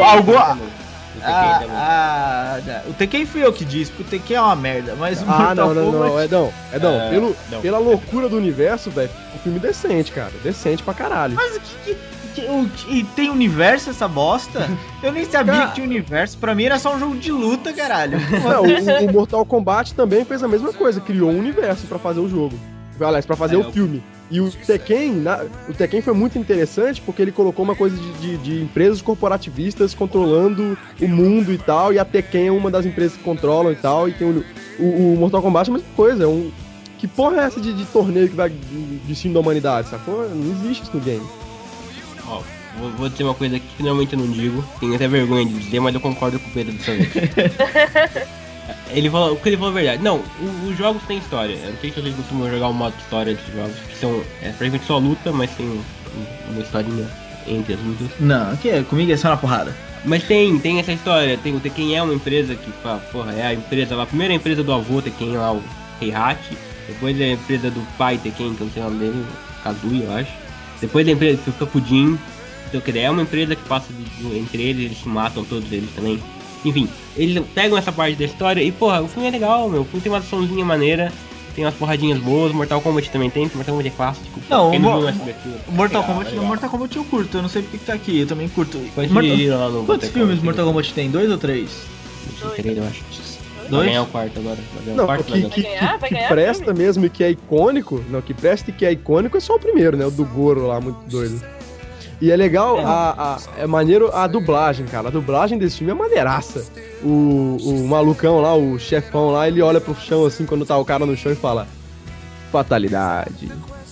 o Tekken fui eu que disse, porque o Tekken é uma merda, mas o Mortal Kombat... Edão, pela loucura do universo, velho, um filme decente, cara, decente pra caralho. Mas e tem universo essa bosta? Eu nem sabia que tinha universo, pra mim era só um jogo de luta, caralho. Não, o Mortal Kombat também fez a mesma coisa, criou um universo pra fazer o jogo. Aliás, pra fazer o filme. E o Tekken foi muito interessante porque ele colocou uma coisa de empresas corporativistas controlando o mundo e tal, e a Tekken é uma das empresas que controlam e tal, e tem o Mortal Kombat é a mesma coisa, que porra é essa de torneio que vai destino da humanidade, sacou? Não existe isso no game. Ó, vou dizer uma coisa aqui que normalmente eu não digo, tenho até vergonha de dizer, mas eu concordo com o Pedro dessa vez. Ele falou a verdade. Não, os jogos têm história. Eu não sei se vocês costumam jogar o modo história desses jogos, que são praticamente só luta, mas tem uma historinha entre as lutas. Não, comigo é só na porrada. Mas tem essa história, o Tekken é uma empresa que, porra, é a empresa lá, a primeira empresa do avô Tekken lá, o Heihachi, depois é a empresa do pai Tekken, que eu não sei o nome dele, Kazuya, eu acho. Depois a empresa do Tokujin, então é uma empresa que passa entre eles se matam todos eles também. Enfim, eles pegam essa parte da história e, porra, o filme é legal, meu. O filme tem uma açãozinha maneira, tem umas porradinhas boas, Mortal Kombat também tem, Mortal Kombat é clássico. Não, o Mortal Kombat eu curto, eu não sei porque que tá aqui, eu também curto. Quantos filmes de Mortal Kombat tem? 2 ou 3? 3, eu acho. 2? Vai ganhar o quarto agora. Não, que presta mesmo e que é icônico, que presta e que é icônico é só o primeiro, né? O do Goro lá, muito doido. E é legal, é maneiro a dublagem, cara. A dublagem desse filme é maneiraça. O malucão lá, o chefão lá, ele olha pro chão assim, quando tá o cara no chão e fala: fatalidade.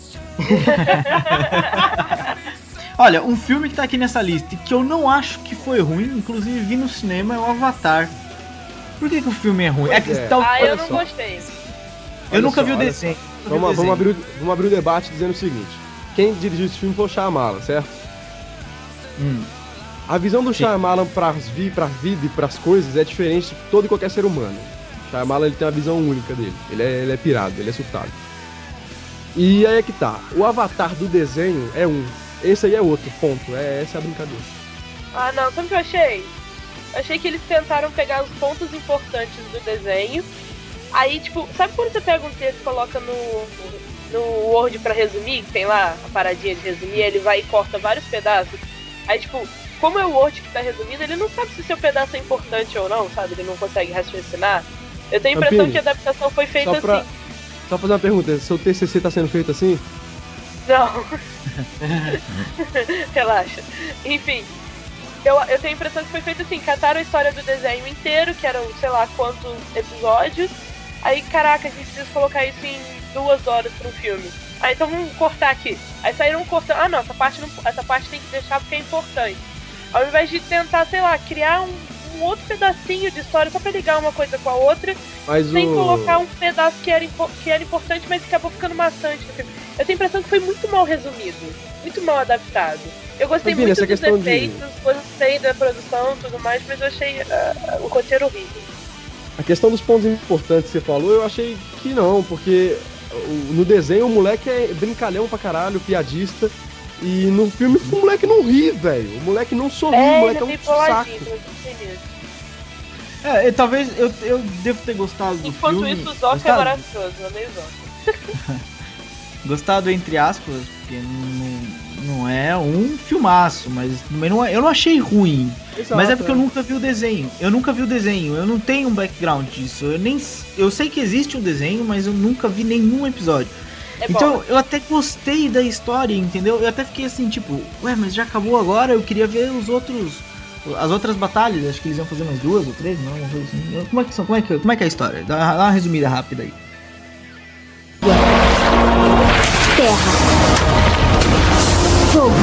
Olha, um filme que tá aqui nessa lista e que eu não acho que foi ruim, inclusive vi no cinema, é o Avatar. Por que o filme é ruim? Eu não gostei. Eu nunca vi o desenho. Vamos abrir o debate dizendo o seguinte. quem dirigiu esse filme foi o Shyamalan, certo? A visão do Shyamalan pra vida e pras coisas é diferente de todo e qualquer ser humano. O Shyamalan, ele tem uma visão única dele. Ele é pirado, ele é surtado. E aí é que tá. O avatar do desenho é um. Esse aí é outro, ponto. Essa é a brincadeira. Ah, não. Sabe o que eu achei? Achei que eles tentaram pegar os pontos importantes do desenho. Aí, tipo, sabe quando você pega um texto e coloca no Word pra resumir? Que tem lá a paradinha de resumir, ele vai e corta vários pedaços. Aí, tipo, como é o Word que tá resumindo, ele não sabe se o seu pedaço é importante ou não, sabe? Ele não consegue raciocinar. Eu tenho a impressão que a adaptação foi feita assim. Só fazer uma pergunta, seu TCC tá sendo feito assim? Não. Relaxa. Enfim, eu tenho a impressão que foi feito assim, cataram a história do desenho inteiro, que eram sei lá quantos episódios. Aí, caraca, a gente precisa colocar isso em 2 horas pra um filme. Aí, então vamos cortar aqui. Aí saíram cortando. Ah, não, essa parte tem que deixar porque é importante. Ao invés de tentar, sei lá, criar um outro pedacinho de história só pra ligar uma coisa com a outra, sem colocar um pedaço que era importante, mas acabou ficando maçante no filme. Eu tenho a impressão que foi muito mal resumido, muito mal adaptado. Eu gostei muito dos efeitos, gostei da produção e tudo mais, mas eu achei o roteiro horrível. A questão dos pontos importantes que você falou, eu achei que não, porque no desenho o moleque é brincalhão pra caralho, piadista, e no filme o moleque não ri, velho. O moleque não sorri, o moleque é um saco. Talvez eu devo ter gostado do Enquanto filme. Enquanto isso, o Zoff é maravilhoso, eu amei o Zoff. Gostado entre aspas, porque não é um filmaço, mas eu não achei ruim. Exato, mas é porque eu nunca vi o desenho. Eu não tenho um background disso. Eu sei que existe um desenho, mas eu nunca vi nenhum episódio. Então eu até gostei da história, entendeu? Eu até fiquei assim, tipo, mas já acabou agora, eu queria ver as outras batalhas, acho que eles iam fazer umas 2 ou 3, não, assim. Como é que é a história? Dá uma resumida rápida aí. Terra. Fogo.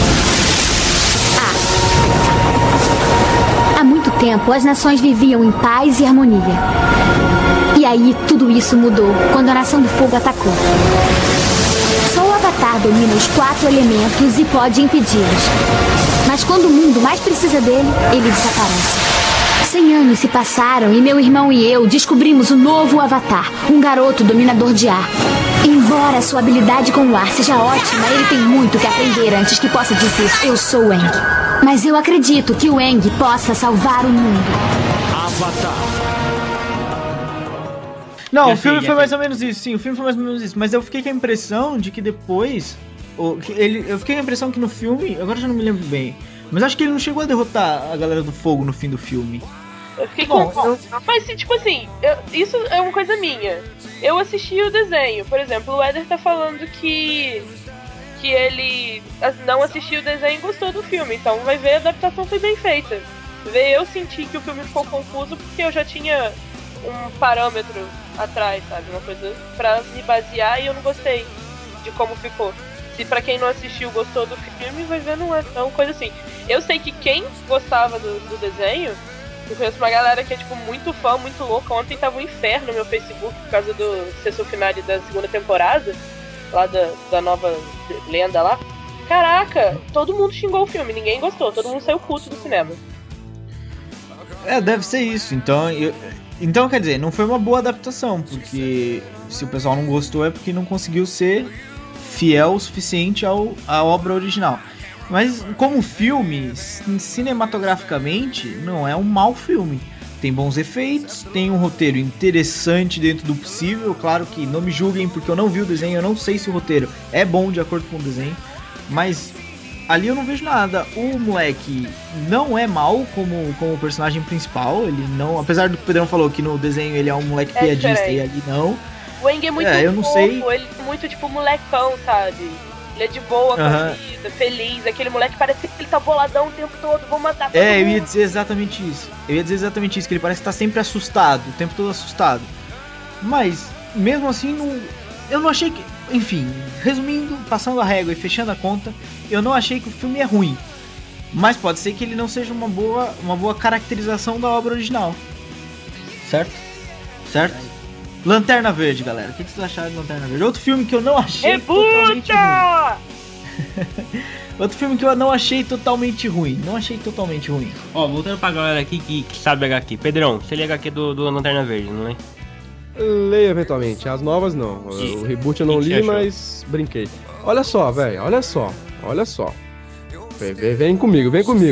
Ar. Há muito tempo, as nações viviam em paz e harmonia. E aí, tudo isso mudou quando a Nação do Fogo atacou. Só o Avatar domina os 4 elementos e pode impedi-los. Mas quando o mundo mais precisa dele, ele desaparece. 100 anos se passaram e meu irmão e eu descobrimos o novo Avatar, um garoto dominador de ar. Embora sua habilidade com o ar seja ótima, ele tem muito que aprender antes que possa dizer eu sou o Aang. Mas eu acredito que o Aang possa salvar o mundo. Avatar. Não, o filme foi mais ou menos isso, sim, o filme foi mais ou menos isso. Mas eu fiquei com a impressão de que depois... Eu fiquei com a impressão que no filme, agora eu já não me lembro bem, mas acho que ele não chegou a derrotar a galera do fogo no fim do filme. Eu fiquei com... Mas, tipo assim, isso é uma coisa minha. Eu assisti o desenho, por exemplo, o Éder tá falando que ele não assistiu o desenho e gostou do filme, então vai ver, a adaptação foi bem feita. Eu senti que o filme ficou confuso porque eu já tinha um parâmetro atrás, sabe? Uma coisa pra me basear e eu não gostei de como ficou. Se pra quem não assistiu gostou do filme, vai ver, não é tão coisa assim. Eu sei que quem gostava do desenho, eu conheço uma galera que é tipo muito fã, muito louca. Ontem tava um inferno no meu Facebook por causa do sexto finale da 2ª temporada, lá da nova lenda lá. Caraca, todo mundo xingou o filme, ninguém gostou, todo mundo saiu puto do cinema. Deve ser isso, então quer dizer, não foi uma boa adaptação, porque se o pessoal não gostou é porque não conseguiu ser fiel o suficiente à obra original. Mas como filme, cinematograficamente, não é um mau filme. Tem bons efeitos, tem um roteiro interessante dentro do possível. Claro que não me julguem porque eu não vi o desenho, eu não sei se o roteiro é bom de acordo com o desenho. Mas ali eu não vejo nada. O moleque não é mal como personagem principal. Ele não, apesar do que o Pedrão falou que no desenho ele é um moleque piadista diferente. E ali não. O Aang é muito eu não fofo, sei. ele é muito tipo molecão, sabe? Ele é de boa com a vida, feliz. Aquele moleque parece que ele tá boladão o tempo todo, vou matar todo mundo. Eu ia dizer exatamente isso. Que ele parece que tá sempre assustado, o tempo todo assustado. Mas, mesmo assim, eu não achei que... Enfim, resumindo, passando a régua e fechando a conta, eu não achei que o filme é ruim. Mas pode ser que ele não seja uma boa caracterização da obra original. Certo? Lanterna Verde, galera. O que vocês acharam de Lanterna Verde? Outro filme que eu não achei totalmente ruim. Outro filme que eu não achei totalmente ruim. Não achei totalmente ruim. Ó, voltando pra galera aqui que sabe HQ. Pedrão, você lê HQ do Lanterna Verde, não é? Leio eventualmente, as novas não. O reboot eu não li, mas brinquei. Olha só, velho, olha só. Vem comigo.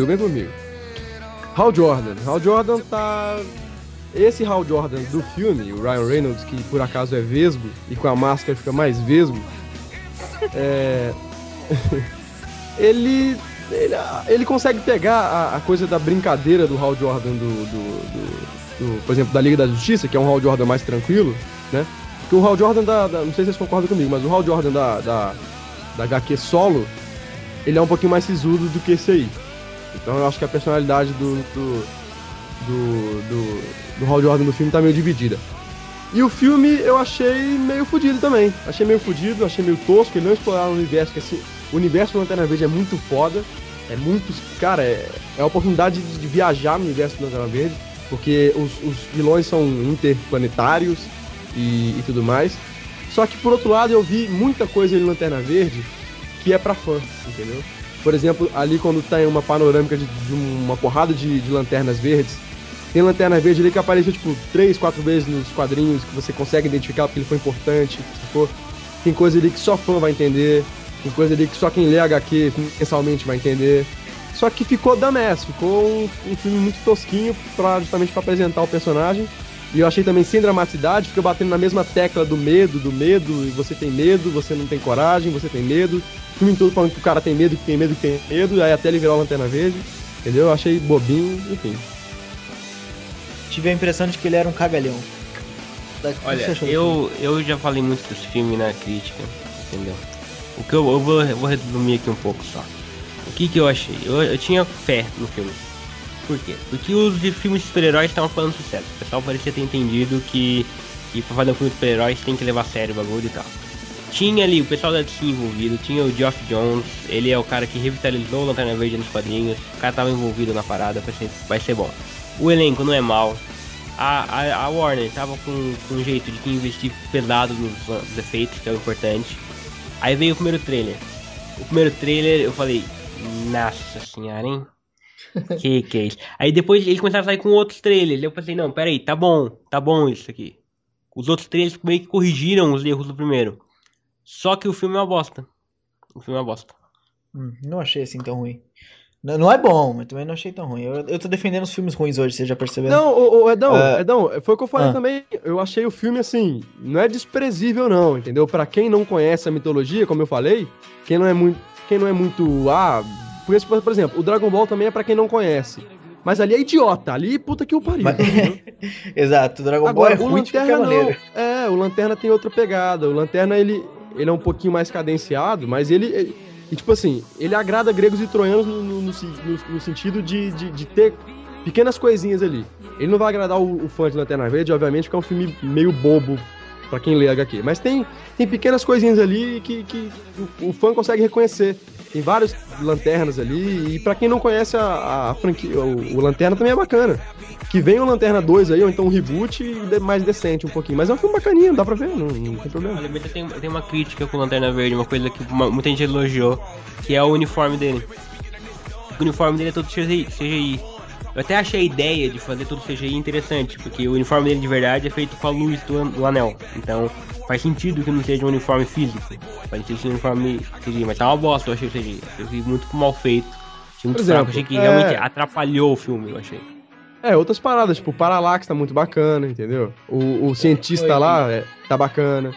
Hal Jordan tá... Esse Hal Jordan do filme, o Ryan Reynolds, que por acaso é vesgo, e com a máscara fica mais vesgo, ele consegue pegar a coisa da brincadeira do Hal Jordan por exemplo, da Liga da Justiça, que é um Hal Jordan mais tranquilo, né? Porque o Hal Jordan não sei se vocês concordam comigo, mas o Hal Jordan da HQ solo, ele é um pouquinho mais sisudo do que esse aí. Então eu acho que a personalidade do Hal Jordan no filme tá meio dividida. E o filme eu achei meio fudido também. Achei meio tosco, ele não exploraram o universo, que assim, o universo do Lanterna Verde é muito foda. É muito... Cara, é a oportunidade de viajar no universo do Lanterna Verde, porque os vilões são interplanetários e tudo mais. Só que por outro lado eu vi muita coisa ali no Lanterna Verde que é pra fã, entendeu? Por exemplo, ali quando tem uma panorâmica de uma porrada de lanternas verdes, tem lanterna verde ali que apareceu tipo 3, 4 vezes nos quadrinhos, que você consegue identificar porque ele foi importante, sacou? Tem coisa ali que só fã vai entender, tem coisa ali que só quem lê HQ mensalmente vai entender. Só que ficou ficou um filme muito tosquinho justamente pra apresentar o personagem. E eu achei também sem dramaticidade, fica batendo na mesma tecla do medo, e você tem medo, você não tem coragem, você tem medo. O filme todo falando que o cara tem medo, e aí até ele virar uma Lanterna Verde, entendeu? Eu achei bobinho, enfim. Tive a impressão de que ele era um cagalhão. Olha, eu já falei muito desse filme na crítica, entendeu? O que eu vou resumir aqui um pouco só. O que eu achei? Eu tinha fé no filme. Por quê? Porque os de filmes de super-heróis estavam falando sucesso. O pessoal parecia ter entendido que pra fazer um filme de super-heróis tem que levar a sério o bagulho e tal. Tinha ali o pessoal da DC envolvido, tinha o Geoff Johns, ele é o cara que revitalizou o Lanterna Verde nos quadrinhos, o cara tava envolvido na parada, vai ser bom. O elenco não é mal, a Warner tava com um jeito de investir pesado nos efeitos, que é o importante. Aí veio o primeiro trailer. O primeiro trailer eu falei, nossa senhora, hein? Que é isso? Aí depois eles começaram a sair com outros trailers. Eu pensei, não, peraí, tá bom isso aqui. Os outros trailers meio que corrigiram os erros do primeiro. Só que o filme é uma bosta. Não achei assim tão ruim. Não é bom, mas também não achei tão ruim. Eu tô defendendo os filmes ruins hoje, você já percebeu? Não, Edão, foi o que eu falei também. Eu achei o filme assim, não é desprezível não, entendeu? Pra quem não conhece a mitologia, como eu falei, quem não é muito por exemplo, o Dragon Ball também é pra quem não conhece. Mas ali é idiota, ali puta que o pariu. Exato, o Dragon Ball é ruim de qualquer maneira. O Lanterna tem outra pegada. O Lanterna, ele é um pouquinho mais cadenciado, mas ele tipo assim, ele agrada gregos e troianos no sentido de ter pequenas coisinhas ali. Ele não vai agradar o fã de Lanterna Verde, obviamente, porque é um filme meio bobo pra quem lê HQ. Mas tem pequenas coisinhas ali que o fã consegue reconhecer. Tem vários lanternas ali, e pra quem não conhece a franquia, o Lanterna também é bacana. Que vem o Lanterna 2 aí, ou então um reboot mais decente um pouquinho. Mas é um filme bacaninho, dá pra ver, não tem problema. Olha, mas eu tenho uma crítica com o Lanterna Verde, uma coisa que muita gente elogiou, que é o uniforme dele. O uniforme dele é todo CGI. Eu até achei a ideia de fazer todo CGI interessante, porque o uniforme dele de verdade é feito com a luz do anel. Então faz sentido que não seja um uniforme físico. Faz sentido que um uniforme CGI, mas tá uma bosta, eu achei o CGI. Eu vi muito mal feito. Achei muito fraco, achei que realmente atrapalhou o filme, eu achei. Outras paradas, tipo o Parallax tá muito bacana, entendeu? O cientista lá tá bacana.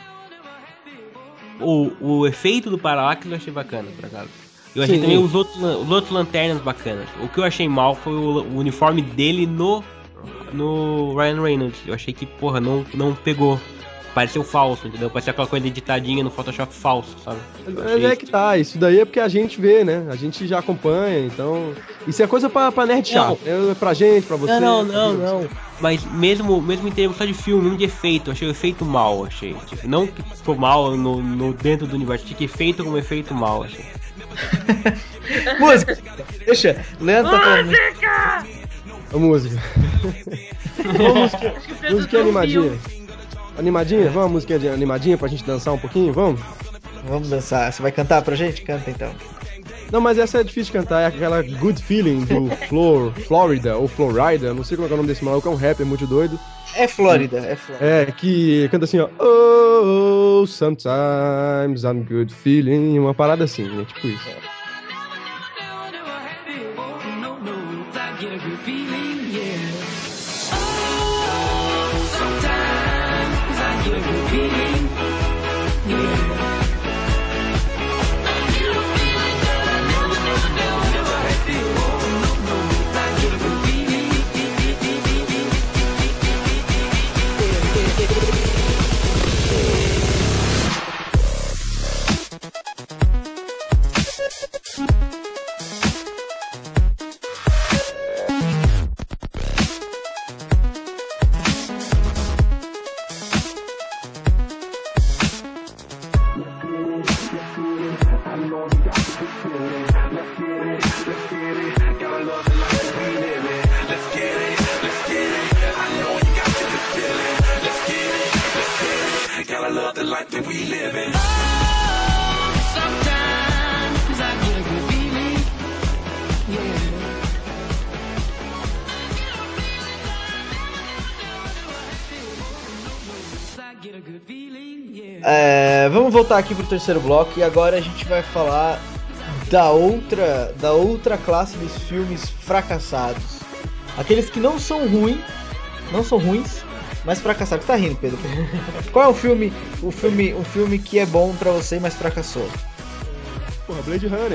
O efeito do Parallax eu achei bacana, por acaso. Eu achei também os outros lanternas bacanas. O que eu achei mal foi o uniforme dele no Ryan Reynolds. Eu achei que, porra, não pegou. Pareceu falso, entendeu? Parecia aquela coisa editadinha no Photoshop falso, sabe? Mas que tá, isso daí é porque a gente vê, né? A gente já acompanha, então... Isso é coisa pra nerd chato. É pra gente, pra você. Não. Mas mesmo em termos só de filme, mesmo de efeito, eu achei o efeito mal, achei. Tipo, não que ficou mal no dentro do universo, tinha que efeito como efeito mal, achei. Música! Deixa, Leandro tá falando. A música. Música animadinha. Animadinha? Vamos, musiquinha animadinha pra gente dançar um pouquinho? Vamos? Vamos dançar. Você vai cantar pra gente? Canta então. Não, mas essa é difícil de cantar, é aquela Good Feeling do Florida, ou Florida, não sei como é o nome desse maluco, é um rapper muito doido. É Flórida. É, que canta assim, ó. Oh, sometimes I'm good feeling, uma parada assim, né? Tipo isso. Vamos voltar aqui pro terceiro bloco e agora a gente vai falar da outra classe dos filmes fracassados. Aqueles que não são ruins, mas fracassados. Tá rindo, Pedro? Qual é o filme que é bom pra você, mas fracassou? Porra, Blade Runner.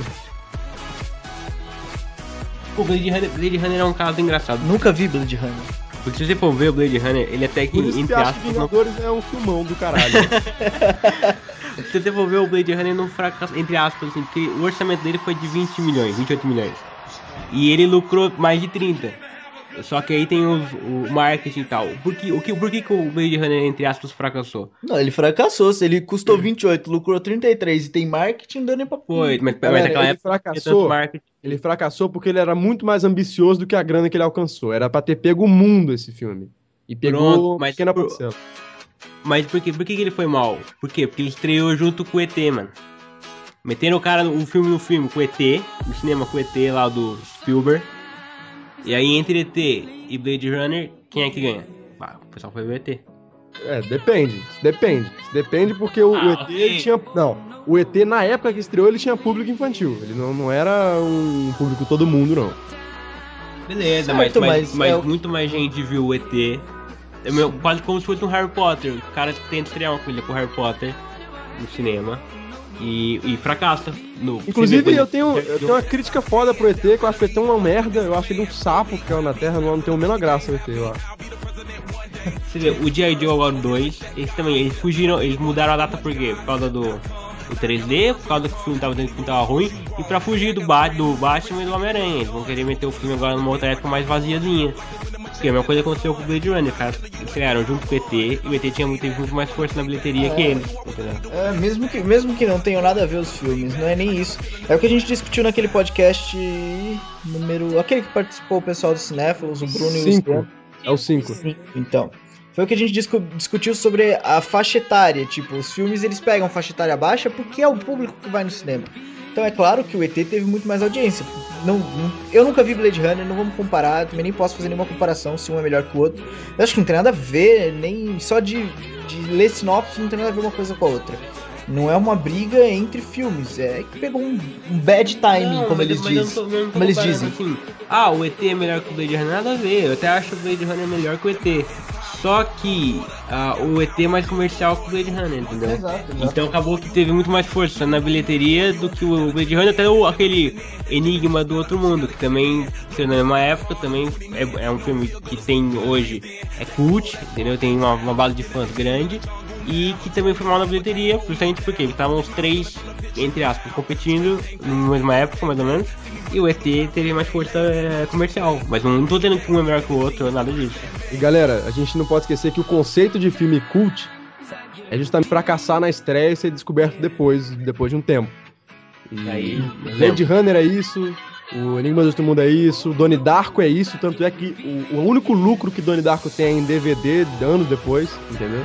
O Blade Runner é um caso engraçado. Nunca vi Blade Runner. Porque se você for ver o Blade Runner, ele até que, entre aspas, Vingadores é um filmão do caralho. Se você for ver o Blade Runner, não fracassou, entre aspas, assim, porque o orçamento dele foi de 20 milhões, 28 milhões. E ele lucrou mais de 30. Só que aí tem o marketing e tal. Por que o Blade Runner, entre aspas, fracassou? Não, ele fracassou. Se ele custou 28, lucrou 33 e tem marketing, não deu nem pra... Foi, mas naquela época ele fracassou porque ele era muito mais ambicioso do que a grana que ele alcançou. Era pra ter pego o mundo esse filme. E pegou uma pequena parcela. Mas por que ele foi mal? Por quê? Porque ele estreou junto com o ET, mano. Meteram o cara no filme com o ET, no cinema com o ET lá do Spielberg. E aí entre ET e Blade Runner, quem é que ganha? O pessoal foi ver o ET. Depende porque o ET ele tinha... Não, o ET na época que estreou ele tinha público infantil. Ele não era um público todo mundo, não. Beleza, certo, mas muito mais gente viu o ET. Quase como se fosse um Harry Potter. O cara tenta estrear uma coisa com o Harry Potter no cinema e fracassa. Inclusive eu tenho uma crítica foda pro ET, que eu acho que o ET é uma merda. Eu acho ele um sapo que caiu na Terra, não tem a menor graça o ET, eu acho. Você vê, o G.I. Joe agora 2, eles fugiram, eles mudaram a data por quê? Por causa do 3D, por causa que o filme tava ruim, e pra fugir do Batman e do Homem-Aranha. Eles vão querer meter o filme agora numa outra época mais vaziazinha. Porque a mesma coisa aconteceu com o Blade Runner, cara. Eles criaram junto com o ET, e o ET teve muito mais força na bilheteria que eles. Mesmo que não tenham nada a ver os filmes, não é nem isso. É o que a gente discutiu naquele podcast aquele que participou o pessoal do Cinéfilos, o Bruno e o Estevam. É o 5. Então, foi o que a gente discutiu sobre a faixa etária. Tipo, os filmes eles pegam faixa etária baixa porque é o público que vai no cinema. Então é claro que o ET teve muito mais audiência. Eu nunca vi Blade Runner, não vamos comparar, também nem posso fazer nenhuma comparação se um é melhor que o outro. Eu acho que não tem nada a ver, nem só de ler sinopse não tem nada a ver uma coisa com a outra. Não é uma briga entre filmes, é que pegou um bad timing, como eles dizem. Assim, o ET é melhor que o Blade Runner, nada a ver. Eu até acho o Blade Runner melhor que o ET. Só que o ET é mais comercial que o Blade Runner, entendeu? Exato. Então acabou que teve muito mais força na bilheteria do que o Blade Runner, até aquele Enigma do Outro Mundo, que também, na mesma época, também é um filme que tem hoje, é cult, entendeu? Tem uma base de fãs grande. E que também foi mal na bilheteria, justamente porque estavam os três, entre aspas, competindo na mesma época, mais ou menos. E o ET teve mais força comercial. Mas não tô tendo que um é melhor que o outro, nada disso. E galera, a gente não pode esquecer que o conceito de filme cult é justamente fracassar na estreia e ser descoberto depois de um tempo. E aí, Blade Runner é isso, o Enigma do Outro Mundo é isso, o Donnie Darko é isso, tanto é que o único lucro que Donnie Darko tem é em DVD anos depois, entendeu?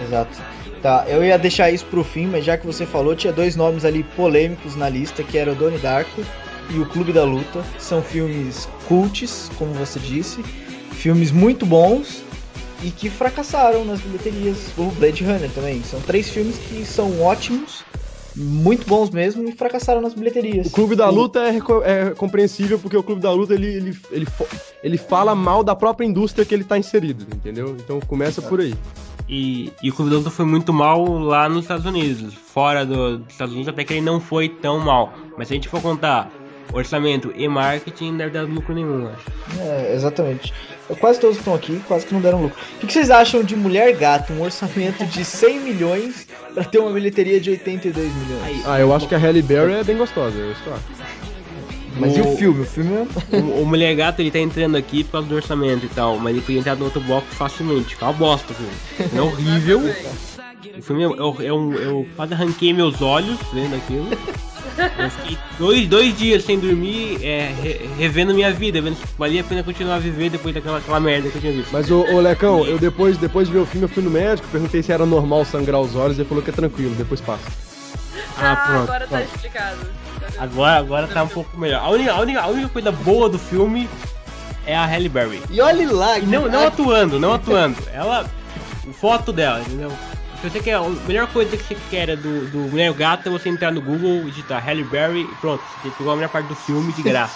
Exato. Tá, eu ia deixar isso pro fim, mas já que você falou, tinha 2 nomes ali polêmicos na lista, que era o Donnie Darko e o Clube da Luta. São filmes cults, como você disse, filmes muito bons e que fracassaram nas bilheterias. O Blade Runner também. São 3 filmes que são ótimos, muito bons mesmo, e fracassaram nas bilheterias. O Clube da Luta é compreensível, porque o Clube da Luta ele fala mal da própria indústria que ele tá inserido, entendeu? Então começa por aí. E o Clube da Luta foi muito mal lá nos Estados Unidos. Fora dos Estados Unidos até que ele não foi tão mal. Mas se a gente for contar orçamento e marketing, não deve dar lucro nenhum, acho. Exatamente. Quase todos que estão aqui, quase que não deram lucro. O que vocês acham de Mulher Gato, um orçamento de 100 milhões pra ter uma bilheteria de 82 milhões? Eu acho que a Halle Berry é bem gostosa, eu estou. Mas e o filme? O filme o Mulher Gato, ele tá entrando aqui por causa do orçamento e tal, mas ele podia entrar no outro bloco facilmente. Fica uma bosta o filme. É horrível. O filme eu quase arranquei meus olhos vendo aquilo. Eu fiquei dois dias sem dormir, revendo minha vida, vendo se valia a pena continuar a viver depois daquela merda que eu tinha visto. Mas, ô Lecão, eu depois de ver o filme, eu fui no médico, perguntei se era normal sangrar os olhos, ele falou que é tranquilo, depois passa. Pronto. Agora tá explicado. Agora tá um pouco melhor. A única coisa boa do filme é a Halle Berry. E olhe lá, e não atuando. Ela, foto dela, entendeu? Se você quer, a melhor coisa que você quer do Mulher Gato é você entrar no Google, digitar Halle Berry e pronto, você pegou a melhor parte do filme de graça.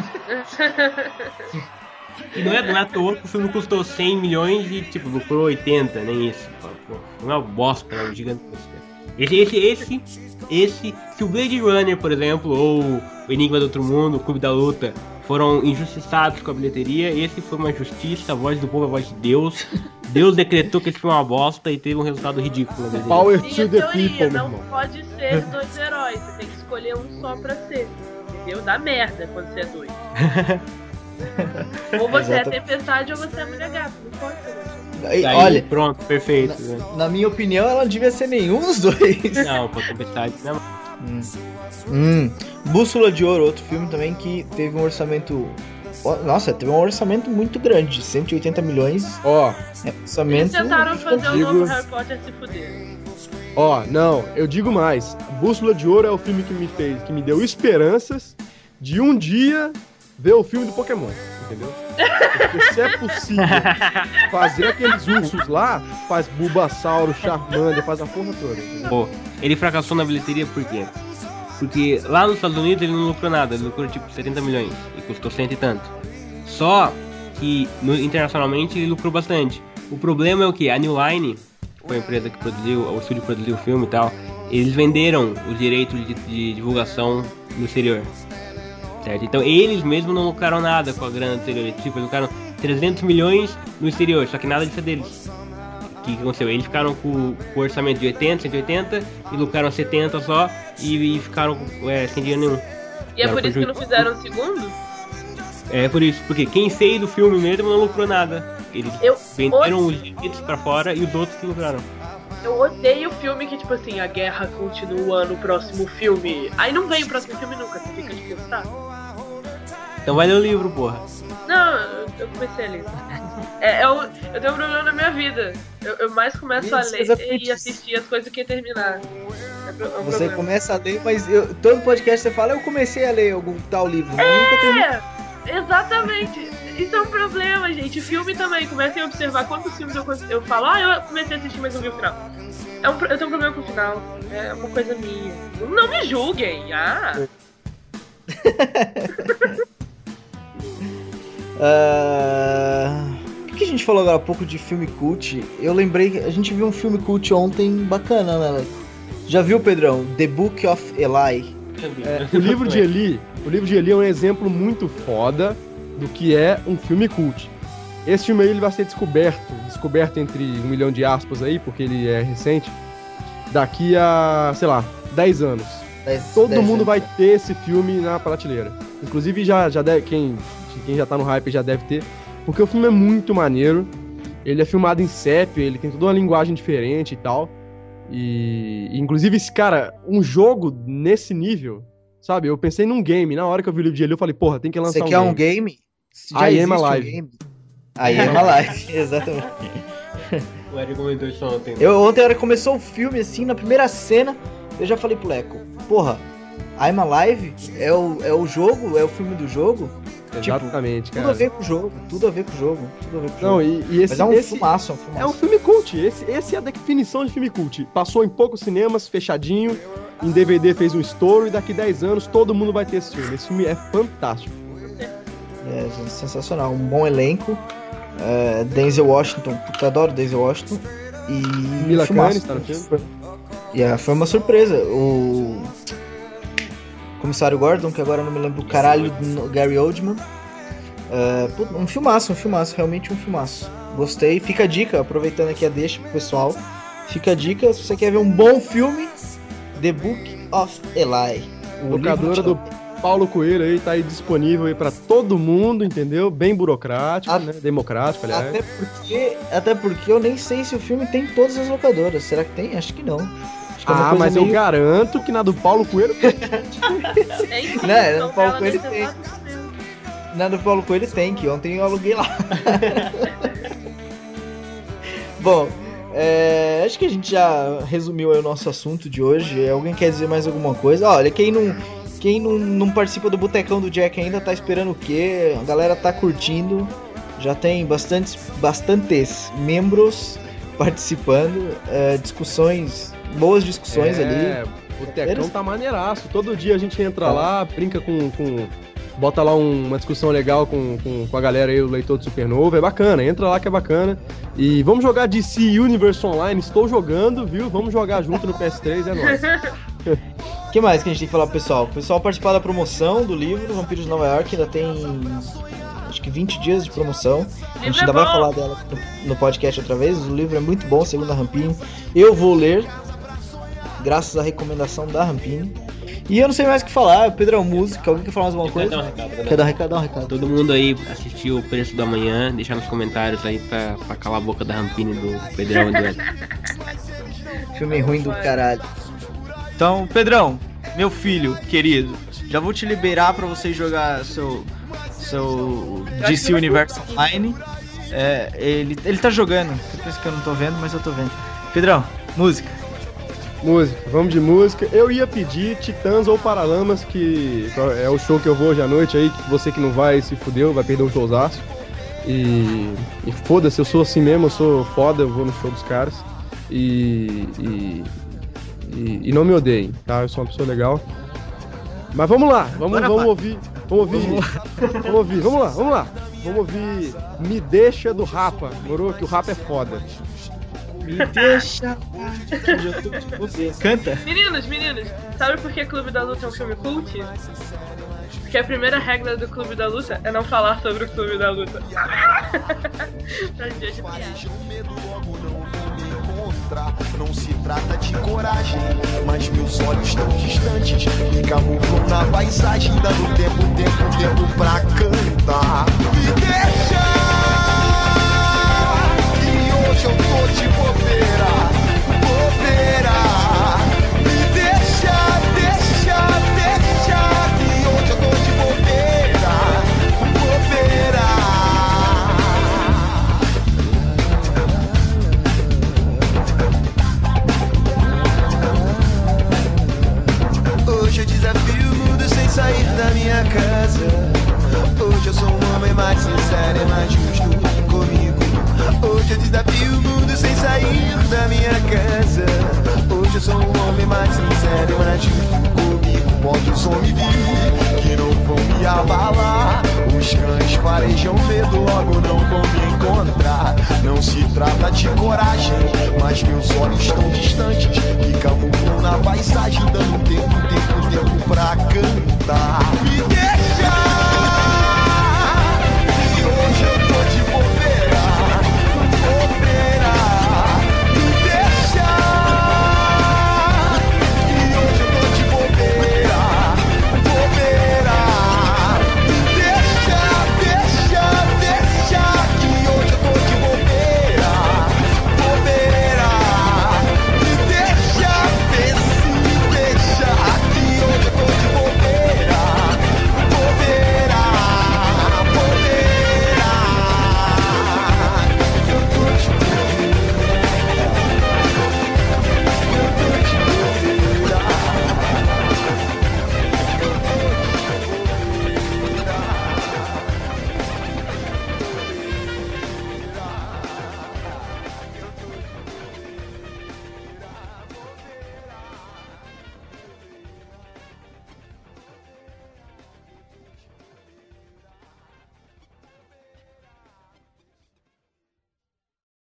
E não é à toa que o filme custou 100 milhões e tipo, lucrou 80, nem isso. Pô, não é uma bosta, é um gigantesco. Esse, se o Blade Runner, por exemplo, ou o Enigma do Outro Mundo, o Clube da Luta, foram injustiçados com a bilheteria, esse foi uma justiça, a voz do povo é a voz de Deus. Deus decretou que esse foi uma bosta e teve um resultado ridículo. Power to the people, não pode ser 2 heróis, você tem que escolher um só pra ser, entendeu? Dá merda quando você é 2. Ou você é a Tempestade ou você é a Mulher Gato, não pode ser. Olha, pronto, perfeito. Na minha opinião, ela não devia ser nenhum dos dois. Não, pô, Tempestade não. Bússola de Ouro, outro filme também que teve um orçamento. Nossa, teve um orçamento muito grande, 180 milhões. Orçamento. Eles tentaram fazer o novo Harry Potter se fuder. Não, eu digo mais. Bússola de Ouro é o filme que me deu esperanças de um dia ver o filme do Pokémon, entendeu? Porque se é possível fazer aqueles ursos lá, faz Bulbasauro, Charmander, faz a porra toda. Pô, ele fracassou na bilheteria por quê? Porque lá nos Estados Unidos ele não lucrou nada, ele lucrou tipo 70 milhões e custou 100 e tanto. Só que internacionalmente ele lucrou bastante. O problema é o que? A New Line, que foi a empresa que produziu, o estúdio que produziu o filme e tal, eles venderam os direitos de divulgação no exterior. Certo? Então eles mesmos não lucraram nada com a grana do exterior. Tipo, eles lucraram 300 milhões no exterior, só que nada disso é deles. O que aconteceu? Eles ficaram com o orçamento de 80, 180 e lucraram 70 só e ficaram sem dinheiro nenhum. E é por isso que não fizeram o segundo? É por isso, porque quem fez do filme mesmo não lucrou nada. Eles venderam os direitos pra fora e os outros que lucraram. Eu odeio filme que, tipo assim, a guerra continua no próximo filme. Aí não vem o próximo filme nunca, você fica de pensar. Então vai ler o livro, porra. Não, eu comecei a ler. Eu tenho um problema na minha vida. Eu mais começo a ler e assistir as coisas do que terminar. Você começa a ler, mas todo podcast você fala, eu comecei a ler algum tal livro. Nunca terminei. Exatamente. Isso é um problema, gente. Filme também. Comecem a observar quantos filmes eu falo, eu comecei a assistir, mas não vi o final. Eu tenho um problema com o final. É uma coisa minha. Não me julguem. Por que a gente falou agora há pouco de filme cult? Eu lembrei que a gente viu um filme cult ontem bacana, né, Leco? Já viu, Pedrão? The Book of Eli. O livro de Eli é um exemplo muito foda do que é um filme cult. Esse filme aí ele vai ser descoberto entre 1 milhão de aspas aí, porque ele é recente, daqui a, sei lá, 10 anos. Todo mundo vai ter esse filme na prateleira. Inclusive já deve, quem já tá no hype já deve ter, porque o filme é muito maneiro. Ele é filmado em sépia, ele tem toda uma linguagem diferente e tal. E inclusive, esse cara, um jogo nesse nível, sabe? Eu pensei num game. Na hora que eu vi o livro de Eli, eu falei, porra, tem que lançar um game. Você quer um game? I Am Alive. I Am Alive, exatamente. O Ed comentou isso ontem. Ontem, a hora que começou o filme, assim, na primeira cena, eu já falei pro Leco, porra, I'm Alive é o jogo, é o filme do jogo. Exatamente, tipo, cara. Tudo a ver com o jogo, tudo a ver com o jogo. Não, e esse, mas é um filmaço, É um filme cult, esse é a definição de filme cult. Passou em poucos cinemas, fechadinho, em DVD fez um estouro e daqui 10 anos todo mundo vai ter esse filme. Esse filme é fantástico. É sensacional, um bom elenco. Denzel Washington, puta, adoro Denzel Washington. E Mila Kunis tá no filme. Foi uma surpresa. O Comissário Gordon, que agora eu não me lembro o caralho, do Gary Oldman. Um filmaço, realmente um filmaço. Gostei, fica a dica, aproveitando aqui a deixa pro pessoal. Fica a dica, se você quer ver um bom filme, The Book of Eli. Locadora do Paulo Coelho aí, tá aí disponível aí pra todo mundo, entendeu? Bem burocrático, né? Democrático, aliás. Até porque eu nem sei se o filme tem em todas as locadoras. Será que tem? Acho que não. Mas eu garanto que na do Paulo Coelho tem. Na do Paulo Coelho tem. Na do Paulo Coelho tem, que ontem eu aluguei lá. Bom, acho que a gente já resumiu aí o nosso assunto de hoje. Alguém quer dizer mais alguma coisa? Olha, quem não participa do Botecão do Jack ainda tá esperando o quê? A galera tá curtindo. Já tem bastantes membros participando. Boas discussões ali. O Tecão tá maneiraço. Todo dia a gente entra lá, brinca bota lá uma discussão legal com a galera aí, o leitor do Supernova. É bacana, entra lá que é bacana. E vamos jogar DC Universe Online. Estou jogando, viu? Vamos jogar junto no PS3, é nóis. O que mais que a gente tem que falar pro pessoal? O pessoal participar da promoção do livro Vampiros de Nova York, ainda tem acho que 20 dias de promoção. A gente ainda vai falar dela no podcast outra vez. O livro é muito bom, segundo a Rampini. Eu vou ler, graças à recomendação da Rampini. E eu não sei mais o que falar. Pedrão, música, alguém quer falar mais alguma coisa? Quer dar um recado? Dá um recado. Todo mundo aí assistiu o Preço da Manhã, deixar nos comentários aí pra calar a boca da Rampini, do Pedrão e do Ed. Filme ruim do caralho. Então, Pedrão, meu filho querido, já vou te liberar pra você jogar seu DC Universe Online. Ele tá jogando, você pensa que eu não tô vendo, mas eu tô vendo. Pedrão, música, vamos de música. Eu ia pedir Titãs ou Paralamas, que é o show que eu vou hoje à noite aí, que você que não vai se fudeu, vai perder um showzaço. E foda-se, eu sou assim mesmo, eu sou foda, eu vou no show dos caras. E não me odeiem, tá? Eu sou uma pessoa legal. Mas vamos lá, vamos ouvir. Vamos ouvir Me Deixa do Rapa, moro? Que o Rapa é foda. Me deixa. Canta. Meninos, sabe por que Clube da Luta é um filme cult? Porque a primeira regra do Clube da Luta é não falar sobre o Clube da Luta. Pra gente não se trata de coragem, mas meus olhos tão distantes me camuflam na paisagem, dando tempo pra cantar. Me deixa, que hoje eu tô de bobeira. Me deixa, que hoje eu tô de bobeira. Hoje eu desafio o mundo sem sair da minha casa. Hoje eu sou um homem mais sincero e mais justo comigo. Hoje eu desafio o mundo sem sair da minha casa. Hoje eu sou um homem mais sincero e mais justo comigo. Pode o som me vir, que não vão me abalar. Os cães farejam medo, logo não vão me encontrar. Não se trata de coragem, mas meus olhos tão distantes que camuflam